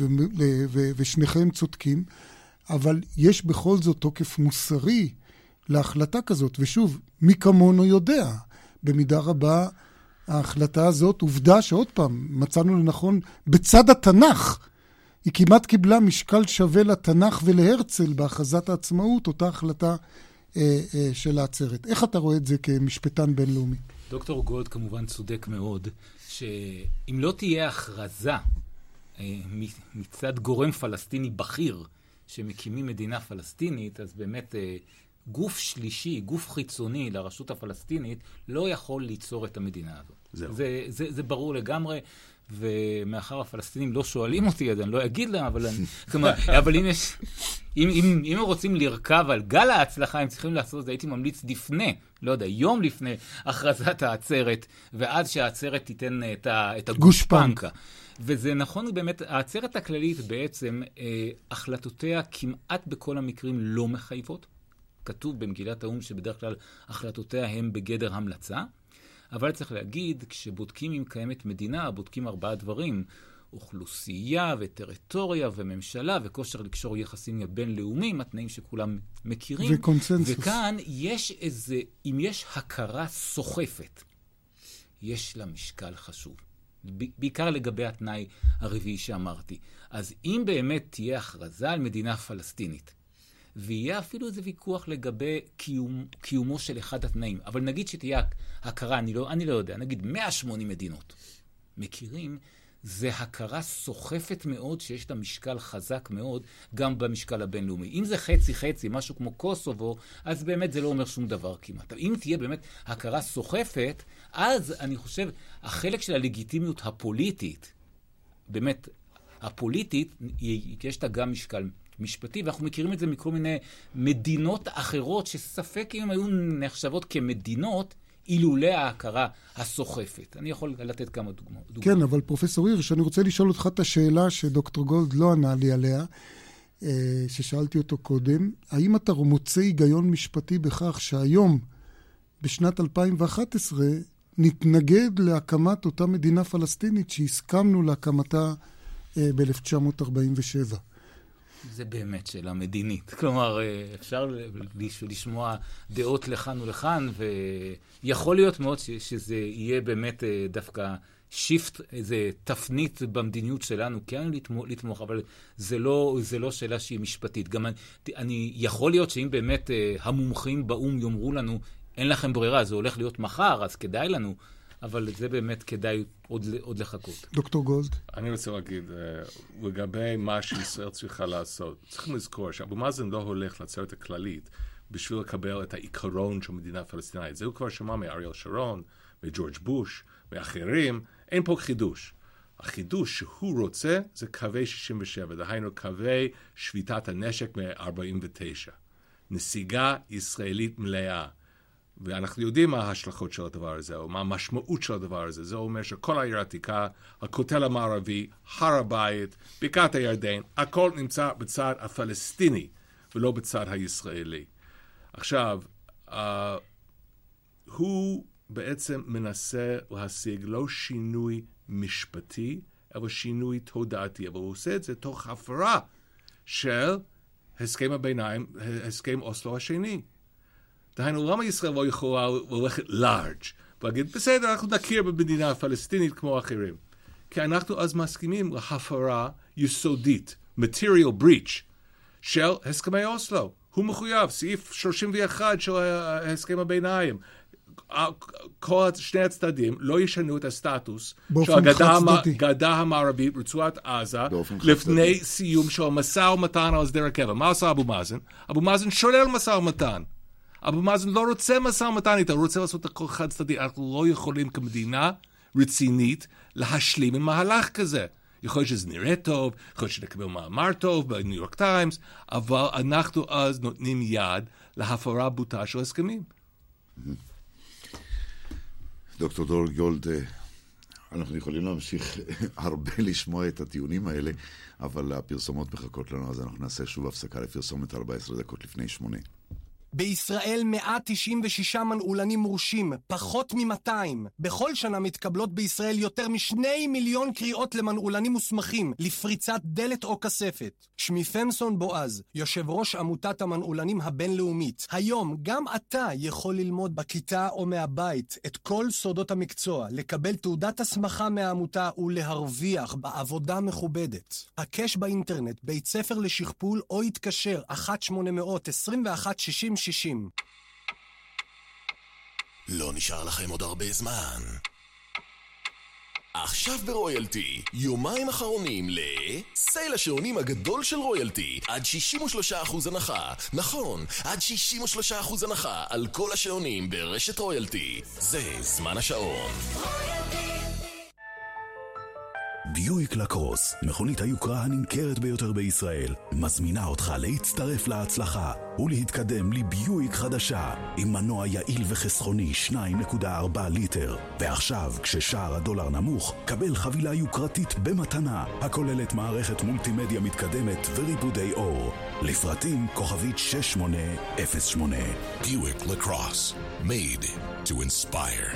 ושניכם צודקים, אבל יש בכל זאת תוקף מוסרי להחלטה כזאת, ושוב, מי כמונו יודע, במידה רבה ההחלטה הזאת, עובדה שעוד פעם מצאנו לנכון, בצד התנ"ך, היא כמעט קיבלה משקל שווה לתנ"ך ולהרצל בהכרזת העצמאות, אותה החלטה של העצרת. איך אתה רואה את זה כמשפטן בינלאומי? דוקטור גולד כמובן צודק מאוד, שאם לא תהיה הכרזה מצד גורם פלסטיני בכיר, שמקימים מדינה פלסטינית, אז באמת גוף שלישי, גוף חיצוני לרשות הפלסטינית, לא יכול ליצור את המדינה הזאת. זה ברור לגמרי, ומאחר הפלסטינים לא שואלים אותי, אז אני לא אגיד להם, אבל אם הם רוצים לרכב על גל ההצלחה, הם צריכים לעשות, הייתי ממליץ לפני, לא יודע, יום לפני הכרזת העצרת, ועד שהעצרת תיתן את הגושפנקה. וזה נכון באמת, העצרת הכללית בעצם, החלטותיה כמעט בכל המקרים לא מחייבות. כתוב במגילת האו"ם שבדרך כלל החלטותיה הם בגדר המלצה, אבל צריך להגיד, כשבודקים אם קיימת מדינה, בודקים 4 דברים, אוכלוסייה וטריטוריה וממשלה וכושר לקשור יחסים בינלאומיים, התנאים שכולם מכירים. וקונסנזוס. וכאן יש אם יש הכרה סוחפת, יש לה משקל חשוב. בעיקר לגבי התנאי הרביעי שאמרתי. אז אם באמת תהיה הכרזה על מדינה פלסטינית, ויהיה אפילו איזה ויכוח לגבי קיומו של אחד התנאים, אבל נגיד שתהיה הכרה, אני לא יודע, נגיד 180 מדינות מכירים, זה הכרה סוחפת מאוד שיש לה משקל חזק מאוד גם במשקל הבינלאומי. אם זה חצי-חצי, משהו כמו קוסובו, אז באמת זה לא אומר שום דבר כמעט. אם תהיה באמת הכרה סוחפת, אז אני חושב, החלק של הלגיטימיות הפוליטית, באמת הפוליטית, יש לה גם משקל משפטי, ואנחנו מכירים את זה מכל מיני מדינות אחרות, שספק אם היו נחשבות כמדינות, אילולא ההכרה הסוחפת. אני יכול לתת כמה דוגמאות. כן, אבל פרופסור הירש, אני רוצה לשאול אותך את השאלה שדוקטור גולד לא ענה לי עליה, ששאלתי אותו קודם. האם אתה מוצא היגיון משפטי בכך שהיום, בשנת 2011, נתנגד להקמת אותה מדינה פלסטינית שהסכמנו להקמתה ב-1947? זה באמת שאלה מדינית. כלומר, אפשר לשמוע דעות לכאן ולכאן, ויכול להיות מאוד שזה יהיה באמת דווקא שיפט, איזה תפנית במדיניות שלנו, כן לתמוך, אבל זה לא שאלה שהיא משפטית. גם אני יכול להיות שאם באמת המומחים באום יאמרו לנו, אין לכם ברירה, זה הולך להיות מחר, אז כדאי לנו, אבל זה באמת כדאי עוד לחכות. דוקטור גולד. אני רוצה להגיד, לגבי מה שישראל צריכה לעשות, צריכים לזכור שאבו מאזן לא הולך לעצרת הכללית בשביל לקבל את העיקרון של מדינה פלסטינאית. זה הוא כבר שמע מאריאל שרון, מג'ורג' בוש, מאחרים. אין פה חידוש. החידוש שהוא רוצה זה קווי 67, דהיינו קווי שביתת הנשק מ-49. נסיגה ישראלית מלאה. ואנחנו יודעים מה ההשלכות של הדבר הזה, או מה המשמעות של הדבר הזה. זה אומר שכל העיר העתיקה, הכותל המערבי, הר הבית, בקעת הירדן, הכל נמצא בצד הפלסטיני, ולא בצד הישראלי. עכשיו, הוא בעצם מנסה להשיג לא שינוי משפטי, אבל שינוי תודעתי, אבל הוא עושה את זה תוך הפרה של הסכם הביניים, הסכם אוסלו השני. דהיינו, למה ישראל לא יכולה ללכת לארג' ולהגיד, בסדר, אנחנו נכיר במדינה הפלסטינית כמו אחרים. כי אנחנו אז מסכימים להפרה יסודית, material breach, של הסכמי אוסלו. הוא מחויב, סעיף 31 של הסכם הביניים. שני הצדדים לא ישנו את הסטטוס של הגדה המערבית, רצועת עזה, לפני סיום של משא ומתן על הסדר הקבע. מה עושה אבו מאזן? אבו מאזן שולל משא ומתן. אבו מאזן לא רוצה משא ומתן איתה, הוא רוצה לעשות הכל חד צדדי. אנחנו לא יכולים כמדינה רצינית להשלים עם מהלך כזה. יכול להיות שזה נראה טוב, יכול להיות שנקבל מאמר טוב בניו יורק טיימס, אבל אנחנו אז נותנים יד להפרה בוטה של הסכמים. דוקטור דור גולד, אנחנו יכולים להמשיך הרבה לשמוע את הטיעונים האלה, אבל הפרסומות מחכות לנו, אז אנחנו נעשה שוב הפסקה לפרסומת 14 דקות לפני 8. בישראל 196 מנעולנים מורשים, פחות מ-200. בכל שנה מתקבלות בישראל יותר מ2 מיליון קריאות למנעולנים מוסמכים, לפריצת דלת או כספת. שמי פנסון בועז, יושב ראש עמותת המנעולנים הבינלאומית. היום גם אתה יכול ללמוד בכיתה או מהבית את כל סודות המקצוע, לקבל תעודת הסמכה מהעמותה ולהרוויח בעבודה מכובדת. הקש באינטרנט, בית ספר לשכפול או התקשר 1-800-21-60-60. לא נשאר לכם עוד הרבה זמן. עכשיו ברויאלטי, יומיים אחרונים לסייל השעונים הגדול של רויאלטי, עד 63% הנחה. נכון, עד 63% הנחה על כל השעונים ברשת רויאלטי. זה זמן השעון. ביואיק לקרוס, מכונית היוקרה הנמכרת ביותר בישראל, מזמינה אותך להצטרף להצלחה ולהתקדם לביואיק חדשה עם מנוע יעיל וחסכוני 2.4 ליטר. ועכשיו, כששער הדולר נמוך, קבל חבילה יוקרתית במתנה, הכוללת מערכת מולטימדיה מתקדמת וריבודי אור. לפרטים כוכבית 6808. ביואיק לקרוס, made to inspire.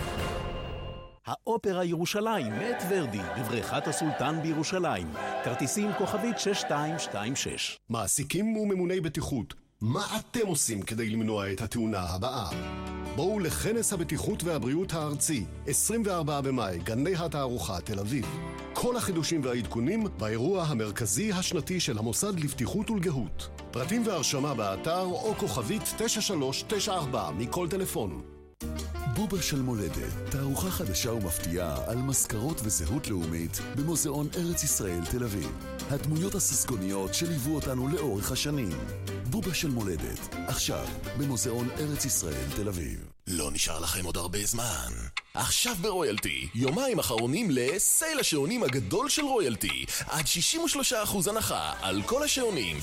האופרה ירושלים, מאת ורדי, בבריכת הסולטן בירושלים. כרטיסים כוכבית 6226. מעסיקים וממוני בטיחות, מה אתם עושים כדי למנוע את התאונה הבאה? בואו לכנס הבטיחות והבריאות הארצי, 24 במאי, גני התערוכה, תל אביב. כל החידושים והעדכונים באירוע המרכזי השנתי של המוסד לבטיחות ולגהות. פרטים והרשמה באתר או כוכבית 9394 מכל טלפון. בובה של מולדת, תערוכה חדשה ומפתיעה על מזכרות וזהות לאומית במוזיאון ארץ ישראל תל אביב. הדמויות הססגוניות שליוו אותנו לאורך השנים. בובה של מולדת, עכשיו במוזיאון ארץ ישראל תל אביב. לא נשאר לכם עוד הרבה זמן. עכשיו ברויאלטי, יומיים אחרונים לסייל השעונים הגדול של רויאלטי, עד 63% הנחה על כל השעונים.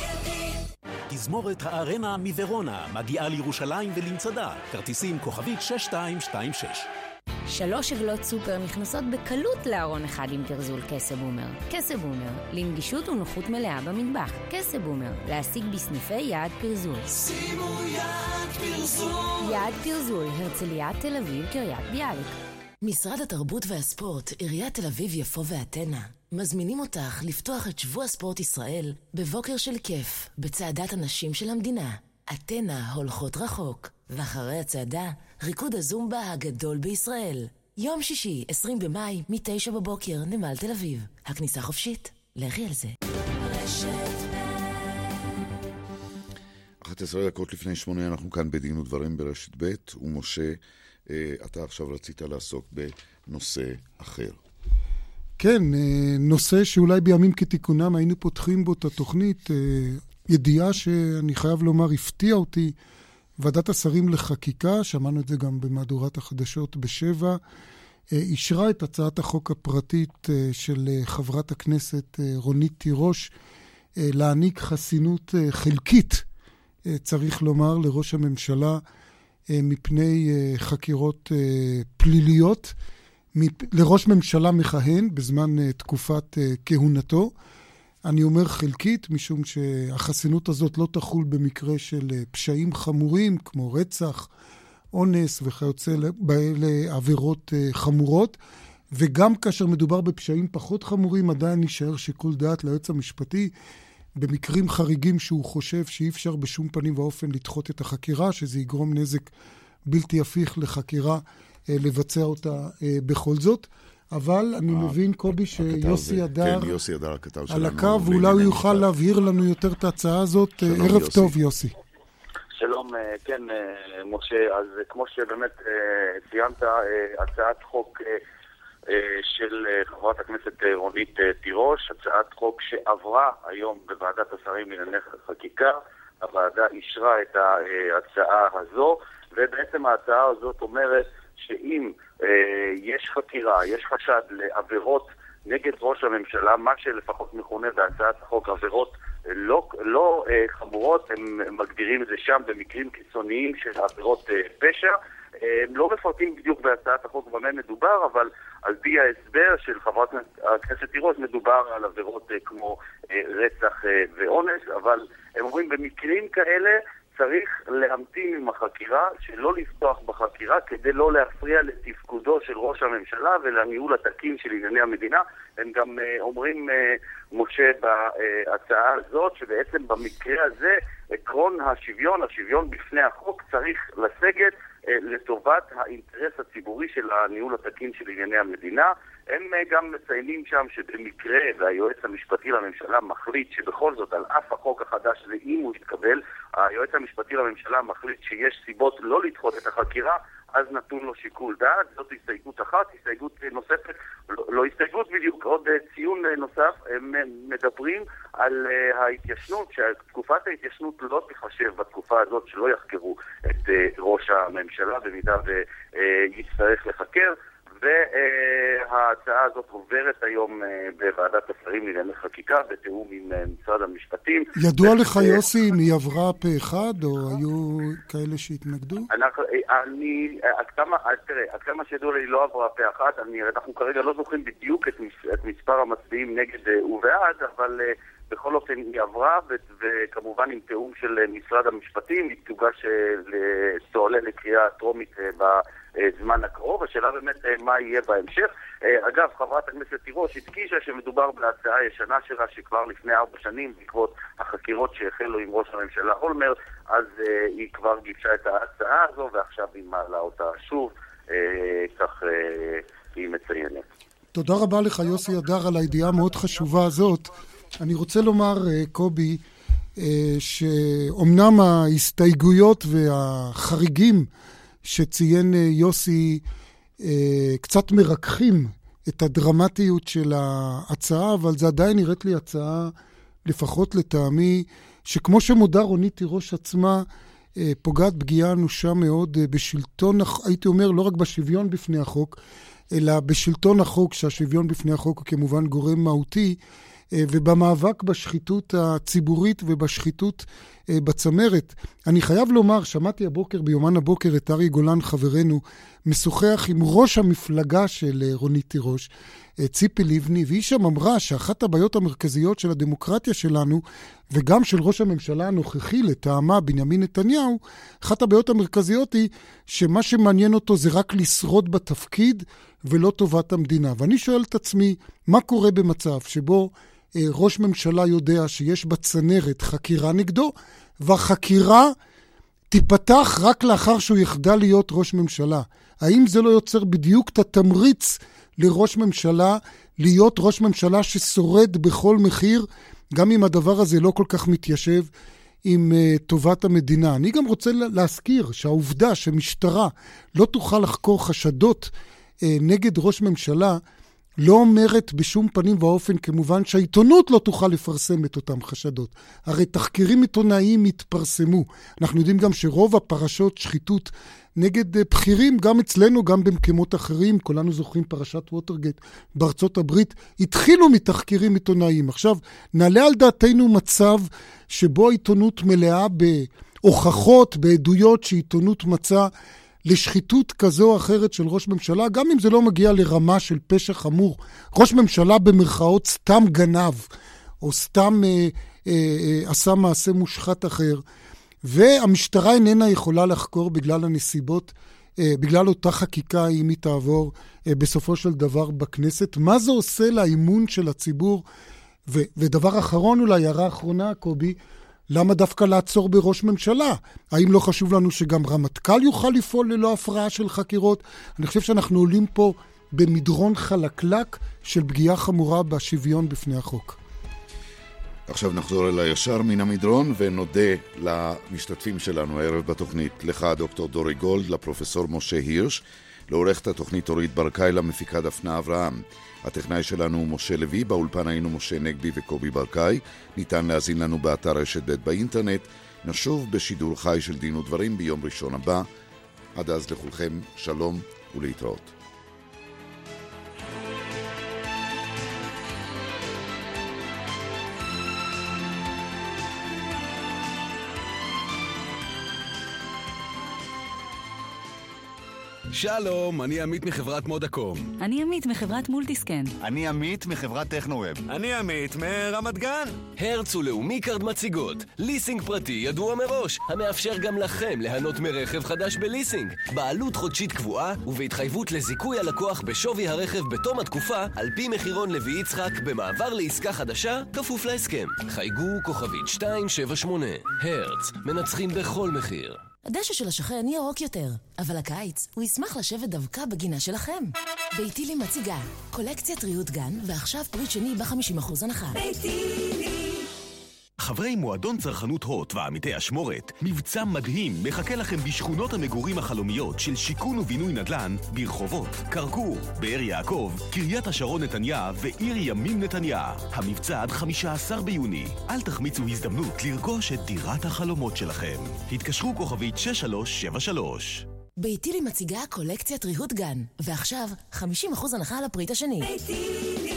תזמורת הארנה מוורונה מגיעה לירושלים ולמצדה. כרטיסים כוכבית 6226. 3 עגלות סופר נכנסות בקלות לארון אחד עם פרזול כסה בומר. כסה בומר, לנגישות ונוחות מלאה במטבח. כסה בומר, להשיג בסניפי יעד פרזול. שימו יעד פרזול. יעד פרזול, הרצליה, תל אביב, קריית ביאליק. משרד התרבות והספורט, עיריית תל אביב יפו ואתנה, מזמינים אותך לפתוח את שבוע ספורט ישראל בבוקר של כיף, בצעדת הנשים של המדינה. אתנה הולכות רחוק, ואחרי הצעדה, ריקוד הזומבה הגדול בישראל. יום שישי, 20 במאי, מ-9 בבוקר, נמל תל אביב. הכניסה חופשית. לכי על זה. 11 דקות לפני 8 אנחנו כאן בדין ודברים ברשת ב', ומשה, אתה עכשיו רצית לעסוק בנושא אחר. כן, נושא שאולי בימים כתיקונם היינו פותחים בו את התוכנית, ידיעה שאני חייב לומר הפתיע אותי, ועדת השרים לחקיקה, שמענו את זה גם במהדורת החדשות ב7, אישרה את הצעת החוק הפרטית של חברת הכנסת רונית תירוש, להעניק חסינות חלקית, צריך לומר, לראש הממשלה, מפני חקירות פליליות, לראש ממשלה מכהן בזמן תקופת כהונתו. אני אומר חלקית, משום שהחסינות הזאת לא תחול במקרה של פשעים חמורים, כמו רצח, אונס וכיוצא לעבירות חמורות, וגם כאשר מדובר בפשעים פחות חמורים, עדיין נשאר שיקול דעת ליועץ המשפטי, במקרים חריגים שהוא חושב שאי אפשר בשום פנים ואופן לדחות את החקירה, שזה יגרום נזק בלתי הפיך לחקירה, לבצע אותה בכל זאת. אבל אני מבין, קובי, שיוסי אדר כתב על הקו, ואולי הוא יוכל להבהיר לנו יותר את ההצעה הזאת. ערב טוב, יוסי. שלום, כן, משה, אז כמו שבאמת ציינת, הצעת חוק של חברת הכנסת רונית תירוש, הצעת חוק שעברה היום בוועדת השרים לענייני חקיקה, הוועדה אישרה את ההצעה הזו, ובעצם ההצעה הזאת אומרת שאם יש חקירה, יש חשד לעבירות נגד ראש הממשלה, מה שלפחות מכונה בהצעת החוק עבירות לא חמורות, הם מגדירים את זה שם במקרים קיצוניים של עבירות פשע. הם לא מפרטים בדיוק בהצעת החוק במה מדובר, אבל על פי ההסבר של חברת הכנסת תירוש מדובר על עבירות כמו רצח ואונס, אבל הם אומרים במקרים כאלה צריך להמתין עם החקירה, שלא לפתוח בחקירה כדי לא להפריע לתפקודו של ראש הממשלה ולניהול התקין של ענייני המדינה. הם גם אומרים, משה, בהצעה הזאת, שבעצם במקרה הזה עקרון השוויון בפני החוק צריך לסגת לטובת האינטרס הציבורי של הניהול התקין של ענייני המדינה. הם גם מציינים שם שבמקרה והיועץ המשפטי לממשלה מחליט שבכל זאת על אף החוק החדש זה אם הוא יתקבל, היועץ המשפטי לממשלה מחליט שיש סיבות לא לדחות את החקירה, אז נתון לו שיקול דעת. זאת הסתייגות אחת. הסתייגות נוספת, לא הסתייגות בדיוק, עוד ציון נוסף, הם מדברים על ההתיישנות, שתקופת ההתיישנות לא תחשב בתקופה הזאת, שלא יחקרו את ראש הממשלה במידה ויצטרך לחקר, וההצעה הזאת עוברת היום בוועדת השרים לענייני חקיקה בתיאום עם משרד המשפטים. ידוע לך, יוסי, אם היא עברה פה אחד או היו כאלה שהתנגדו? עד כמה שידוע לי לא עברה פה אחד. אנחנו כרגע לא זוכרים בדיוק את מספר המצביעים נגד ובעד, אבל בכל אופן היא עברה, וכמובן עם תיאום של משרד המשפטים, היא תוגש תועלה לקריאה טרומית בזמן הקרוב. השאלה באמת מה יהיה בהמשך. אגב, חברת הכנסת תירוש הדגישה שמדובר בהצעה ישנה שלה שכבר לפני 4 שנים, בעקבות החקירות שהחלו עם ראש הממשלה אולמרט, אז היא כבר גיבשה את ההצעה הזו, ועכשיו היא מעלה אותה שוב, כך היא מציינת. תודה רבה לך, יוסי אדר, על הידיעה מאוד חשובה הזאת. אני רוצה לומר, קובי, שאומנם ההסתייגויות והחריגים שציין יוסי קצת מרככים את הדרמטיות של ההצעה, אבל זה עדיין נראית לי הצעה, לפחות לטעמי, שכמו שמודה רונית תירוש עצמה, פוגעת פגיעה אנושה מאוד בשלטון, הייתי אומר, לא רק בשוויון בפני החוק, אלא בשלטון החוק, שהשוויון בפני החוק הוא כמובן גורם מהותי, ובמאבק בשחיתות הציבורית ובשחיתות בצמרת. אני חייב לומר, שמעתי הבוקר, ביומן הבוקר, את ארי גולן חברנו, משוחח עם ראש המפלגה של רונית תירוש, ציפי לבני, והיא שם אמרה שאחת הבעיות המרכזיות של הדמוקרטיה שלנו, וגם של ראש הממשלה הנוכחי לטעמה בנימין נתניהו, אחת הבעיות המרכזיות היא שמה שמעניין אותו זה רק לשרוד בתפקיד ולא טובת המדינה. ואני שואל את עצמי, מה קורה במצב שבו ראש ממשלה יודע שיש בצנרת חקירה נגדו, והחקירה תיפתח רק לאחר שהוא יחדל להיות ראש ממשלה? האם זה לא יוצר בדיוק את התמריץ לראש ממשלה להיות ראש ממשלה ששורד בכל מחיר, גם אם הדבר הזה לא כל כך מתיישב עם טובת המדינה? אני גם רוצה להזכיר שהעובדה שמשטרה לא תוכל לחקור חשדות נגד ראש ממשלה, לא אומרת בשום פנים ואופן כמובן שהעיתונות לא תוכל לפרסם את אותם חשדות. הרי תחקירים עיתונאיים התפרסמו. אנחנו יודעים גם שרוב הפרשות שחיתות נגד בכירים, גם אצלנו, גם במקומות אחרים, כולנו זוכרים פרשת ווטרגייט בארצות הברית, התחילו מתחקירים עיתונאיים. עכשיו, נעלה על דעתנו מצב שבו העיתונות מלאה בהוכחות, בעדויות שעיתונות מצא לשחיתות כזו או אחרת של ראש ממשלה, גם אם זה לא מגיע לרמה של פשע חמור. ראש ממשלה במרכאות סתם גנב, או סתם עשה מעשה מושחת אחר, והמשטרה איננה יכולה לחקור בגלל הנסיבות, בגלל אותה חקיקה אם היא תעבור בסופו של דבר בכנסת. מה זה עושה לאימון של הציבור? ודבר אחרון, אולי הערה אחרונה, קובי, למה דווקא לעצור בראש ממשלה? האם לא חשוב לנו שגם רמטכ"ל יוכל לפעול ללא הפרעה של חקירות? אני חושב שאנחנו עולים פה במדרון חלקלק של פגיעה חמורה בשוויון בפני החוק. עכשיו נחזור אל הישר מן המדרון ונודה למשתתפים שלנו הערב בתוכנית. לך דוקטור דורי גולד, לפרופסור משה הירש, לעורכת התוכנית אורית ברקאי, למפיקה דפנה אברהם. הטכנאי שלנו הוא משה לוי, באולפן היינו משה נגבי וקובי ברקאי. ניתן להזין לנו באתר רשת ב' באינטרנט. נשוב בשידור חי של דין ודברים ביום ראשון הבא. עד אז לכולכם שלום ולהתראות. שלום, אני עמית מחברת מודקום. אני עמית מחברת מולטיסקן. אני עמית מחברת טכנווב. אני עמית מרמת גן. הרץ ולאומי קארד מציגות ליסינג פרטי ידוע מראש, המאפשר גם לכם ליהנות מרכב חדש בליסינג, בעלות חודשית קבועה ובהתחייבות לזיכוי הלקוח בשווי הרכב בתום התקופה על פי מחירון לוי יצחק במעבר לעסקה חדשה כפוף להסכם. חייגו כוכבית 278. הרץ, מנצחים בכל מחיר. הדשא של השכן ירוק יותר, אבל הקיץ הוא ישמח לשבת דווקא בגינה שלכם. ביתילי מציגה קולקציית ריהוט גן, ועכשיו פריט שני ב-50% הנחה. ביתילי. חברי מועדון צרכנות הוט ועמיתי אשמורת, מבצע מדהים מחכה לכם בשכונות המגורים החלומיות של שיכון ובינוי נדל"ן ברחובות, קרקור, באר יעקב, קריית השרון נתניה ועיר ימים נתניה. המבצע עד 15 ביוני. אל תחמיצו הזדמנות לרכוש את דירת החלומות שלכם. התקשרו כוכבית 6373. ביתילי מציגה קולקציית ריהוט גן, ועכשיו 50% הנחה על הפריט השני. ביתילי.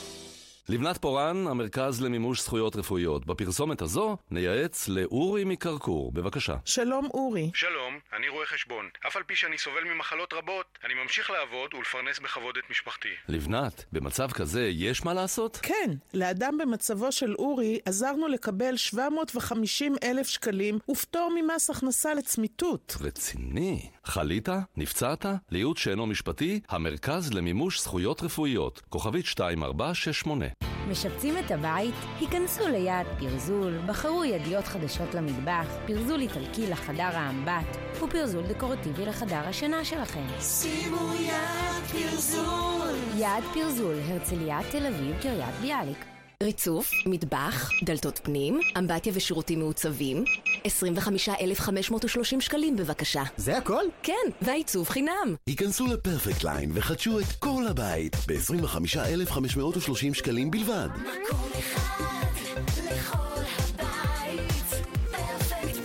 לבנת פורן, המרכז למימוש זכויות רפואיות. בפרסומת הזו נייעץ לאורי מקרקור. בבקשה. שלום אורי. שלום, אני רואה חשבון. אף על פי שאני סובל ממחלות רבות, אני ממשיך לעבוד ולפרנס בכבוד את משפחתי. לבנת, במצב כזה יש מה לעשות? כן, לאדם במצבו של אורי עזרנו לקבל 750,000 שקלים ופטור ממס הכנסה לצמיתות. רציני? חלית? נפצעת? לייעוץ שאינו משפטי? המרכז למימוש זכויות רפואיות. כוכבית 2468. משפצים את הבית? היכנסו ליד פרזול, בחרו ידיות חדשות למטבח, פרזול איטלקי לחדר האמבט, ופרזול דקורטיבי לחדר השינה שלכם. שימו יד פרזול. יד פרזול, הרצליה, תל אביב, קריית ביאליק. ריצוף, מטבח, דלתות פנים, אמבטיה ושירותים מעוצבים, 25,530 שקלים בבקשה. זה הכל? כן, והעיצוב חינם. היכנסו לפרפקט ליין וחדשו את כל הבית ב-25,530 שקלים בלבד. מקום אחד לכל הבית. פרפקט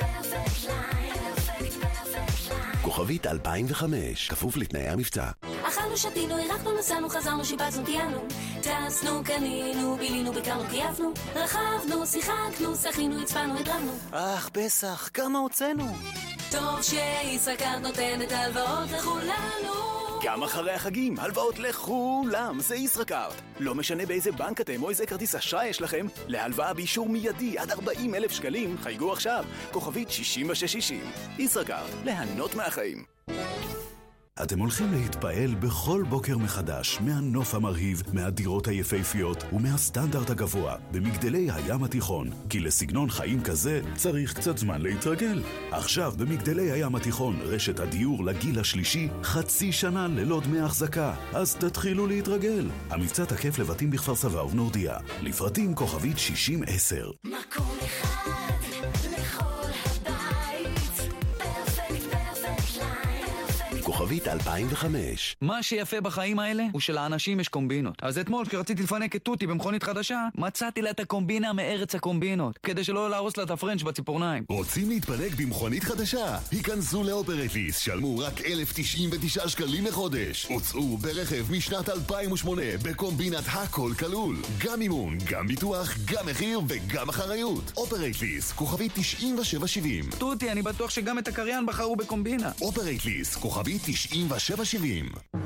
ליין. כוכבית 2005, כפוף לתנאי המבצע. אכלנו, שתינו, אירחנו, נסענו, חזרנו, שיפצנו, טיינו, טסנו, קנינו, בילינו, ביקרנו, קייפנו, רכבנו, שיחקנו, שחינו, הצפנו, הדרמנו. פסח, כמה הוצאנו? טוב שישראכרט נותנת הלוואות לכולנו. גם אחרי החגים, הלוואות לכולם, זה ישראכרט. לא משנה באיזה בנק אתם או איזה כרטיס אשראי יש לכם, להלוואה באישור מיידי עד 40,000 שקלים, חייגו עכשיו, כוכבית 6660. ישראכרט, ליהנות מהחיים. אתם הולכים להתפעל בכל בוקר מחדש מהנוף המרהיב, מהדירות היפהפיות ומהסטנדרט הגבוה במגדלי הים התיכון. כי לסגנון חיים כזה צריך קצת זמן להתרגל. עכשיו במגדלי הים התיכון, רשת הדיור לגיל השלישי, 0.5 שנה ללא דמי החזקה. אז תתחילו להתרגל. המבצע תקף לבתים בכפר סבא ובנורדיה. לפרטים כוכבית 6010. מקום אחד לכל הבית. פרפקט ליין. כוכבית 2005. מה שיפה בחיים האלה הוא שלאנשים יש קומבינות. אז אתמול כשרציתי לפנק את טוטי במכונית חדשה, מצאתי לה את הקומבינה מארץ הקומבינות, כדי שלא להרוס לה את הפרנץ' בציפורניים. רוצים להתפנק במכונית חדשה? היכנסו לאופרטליס, שלמו רק 1,099 שקלים לחודש. הוצאו ברכב משנת 2008 בקומבינת הכל כלול. גם אימון, גם ביטוח, גם מחיר וגם אחריות. אופרטליס, כוכבית 9770. טוטי, אני בטוח שגם את הקריין בחרו בקומבינה. אופרטליס, כוכבית 9770.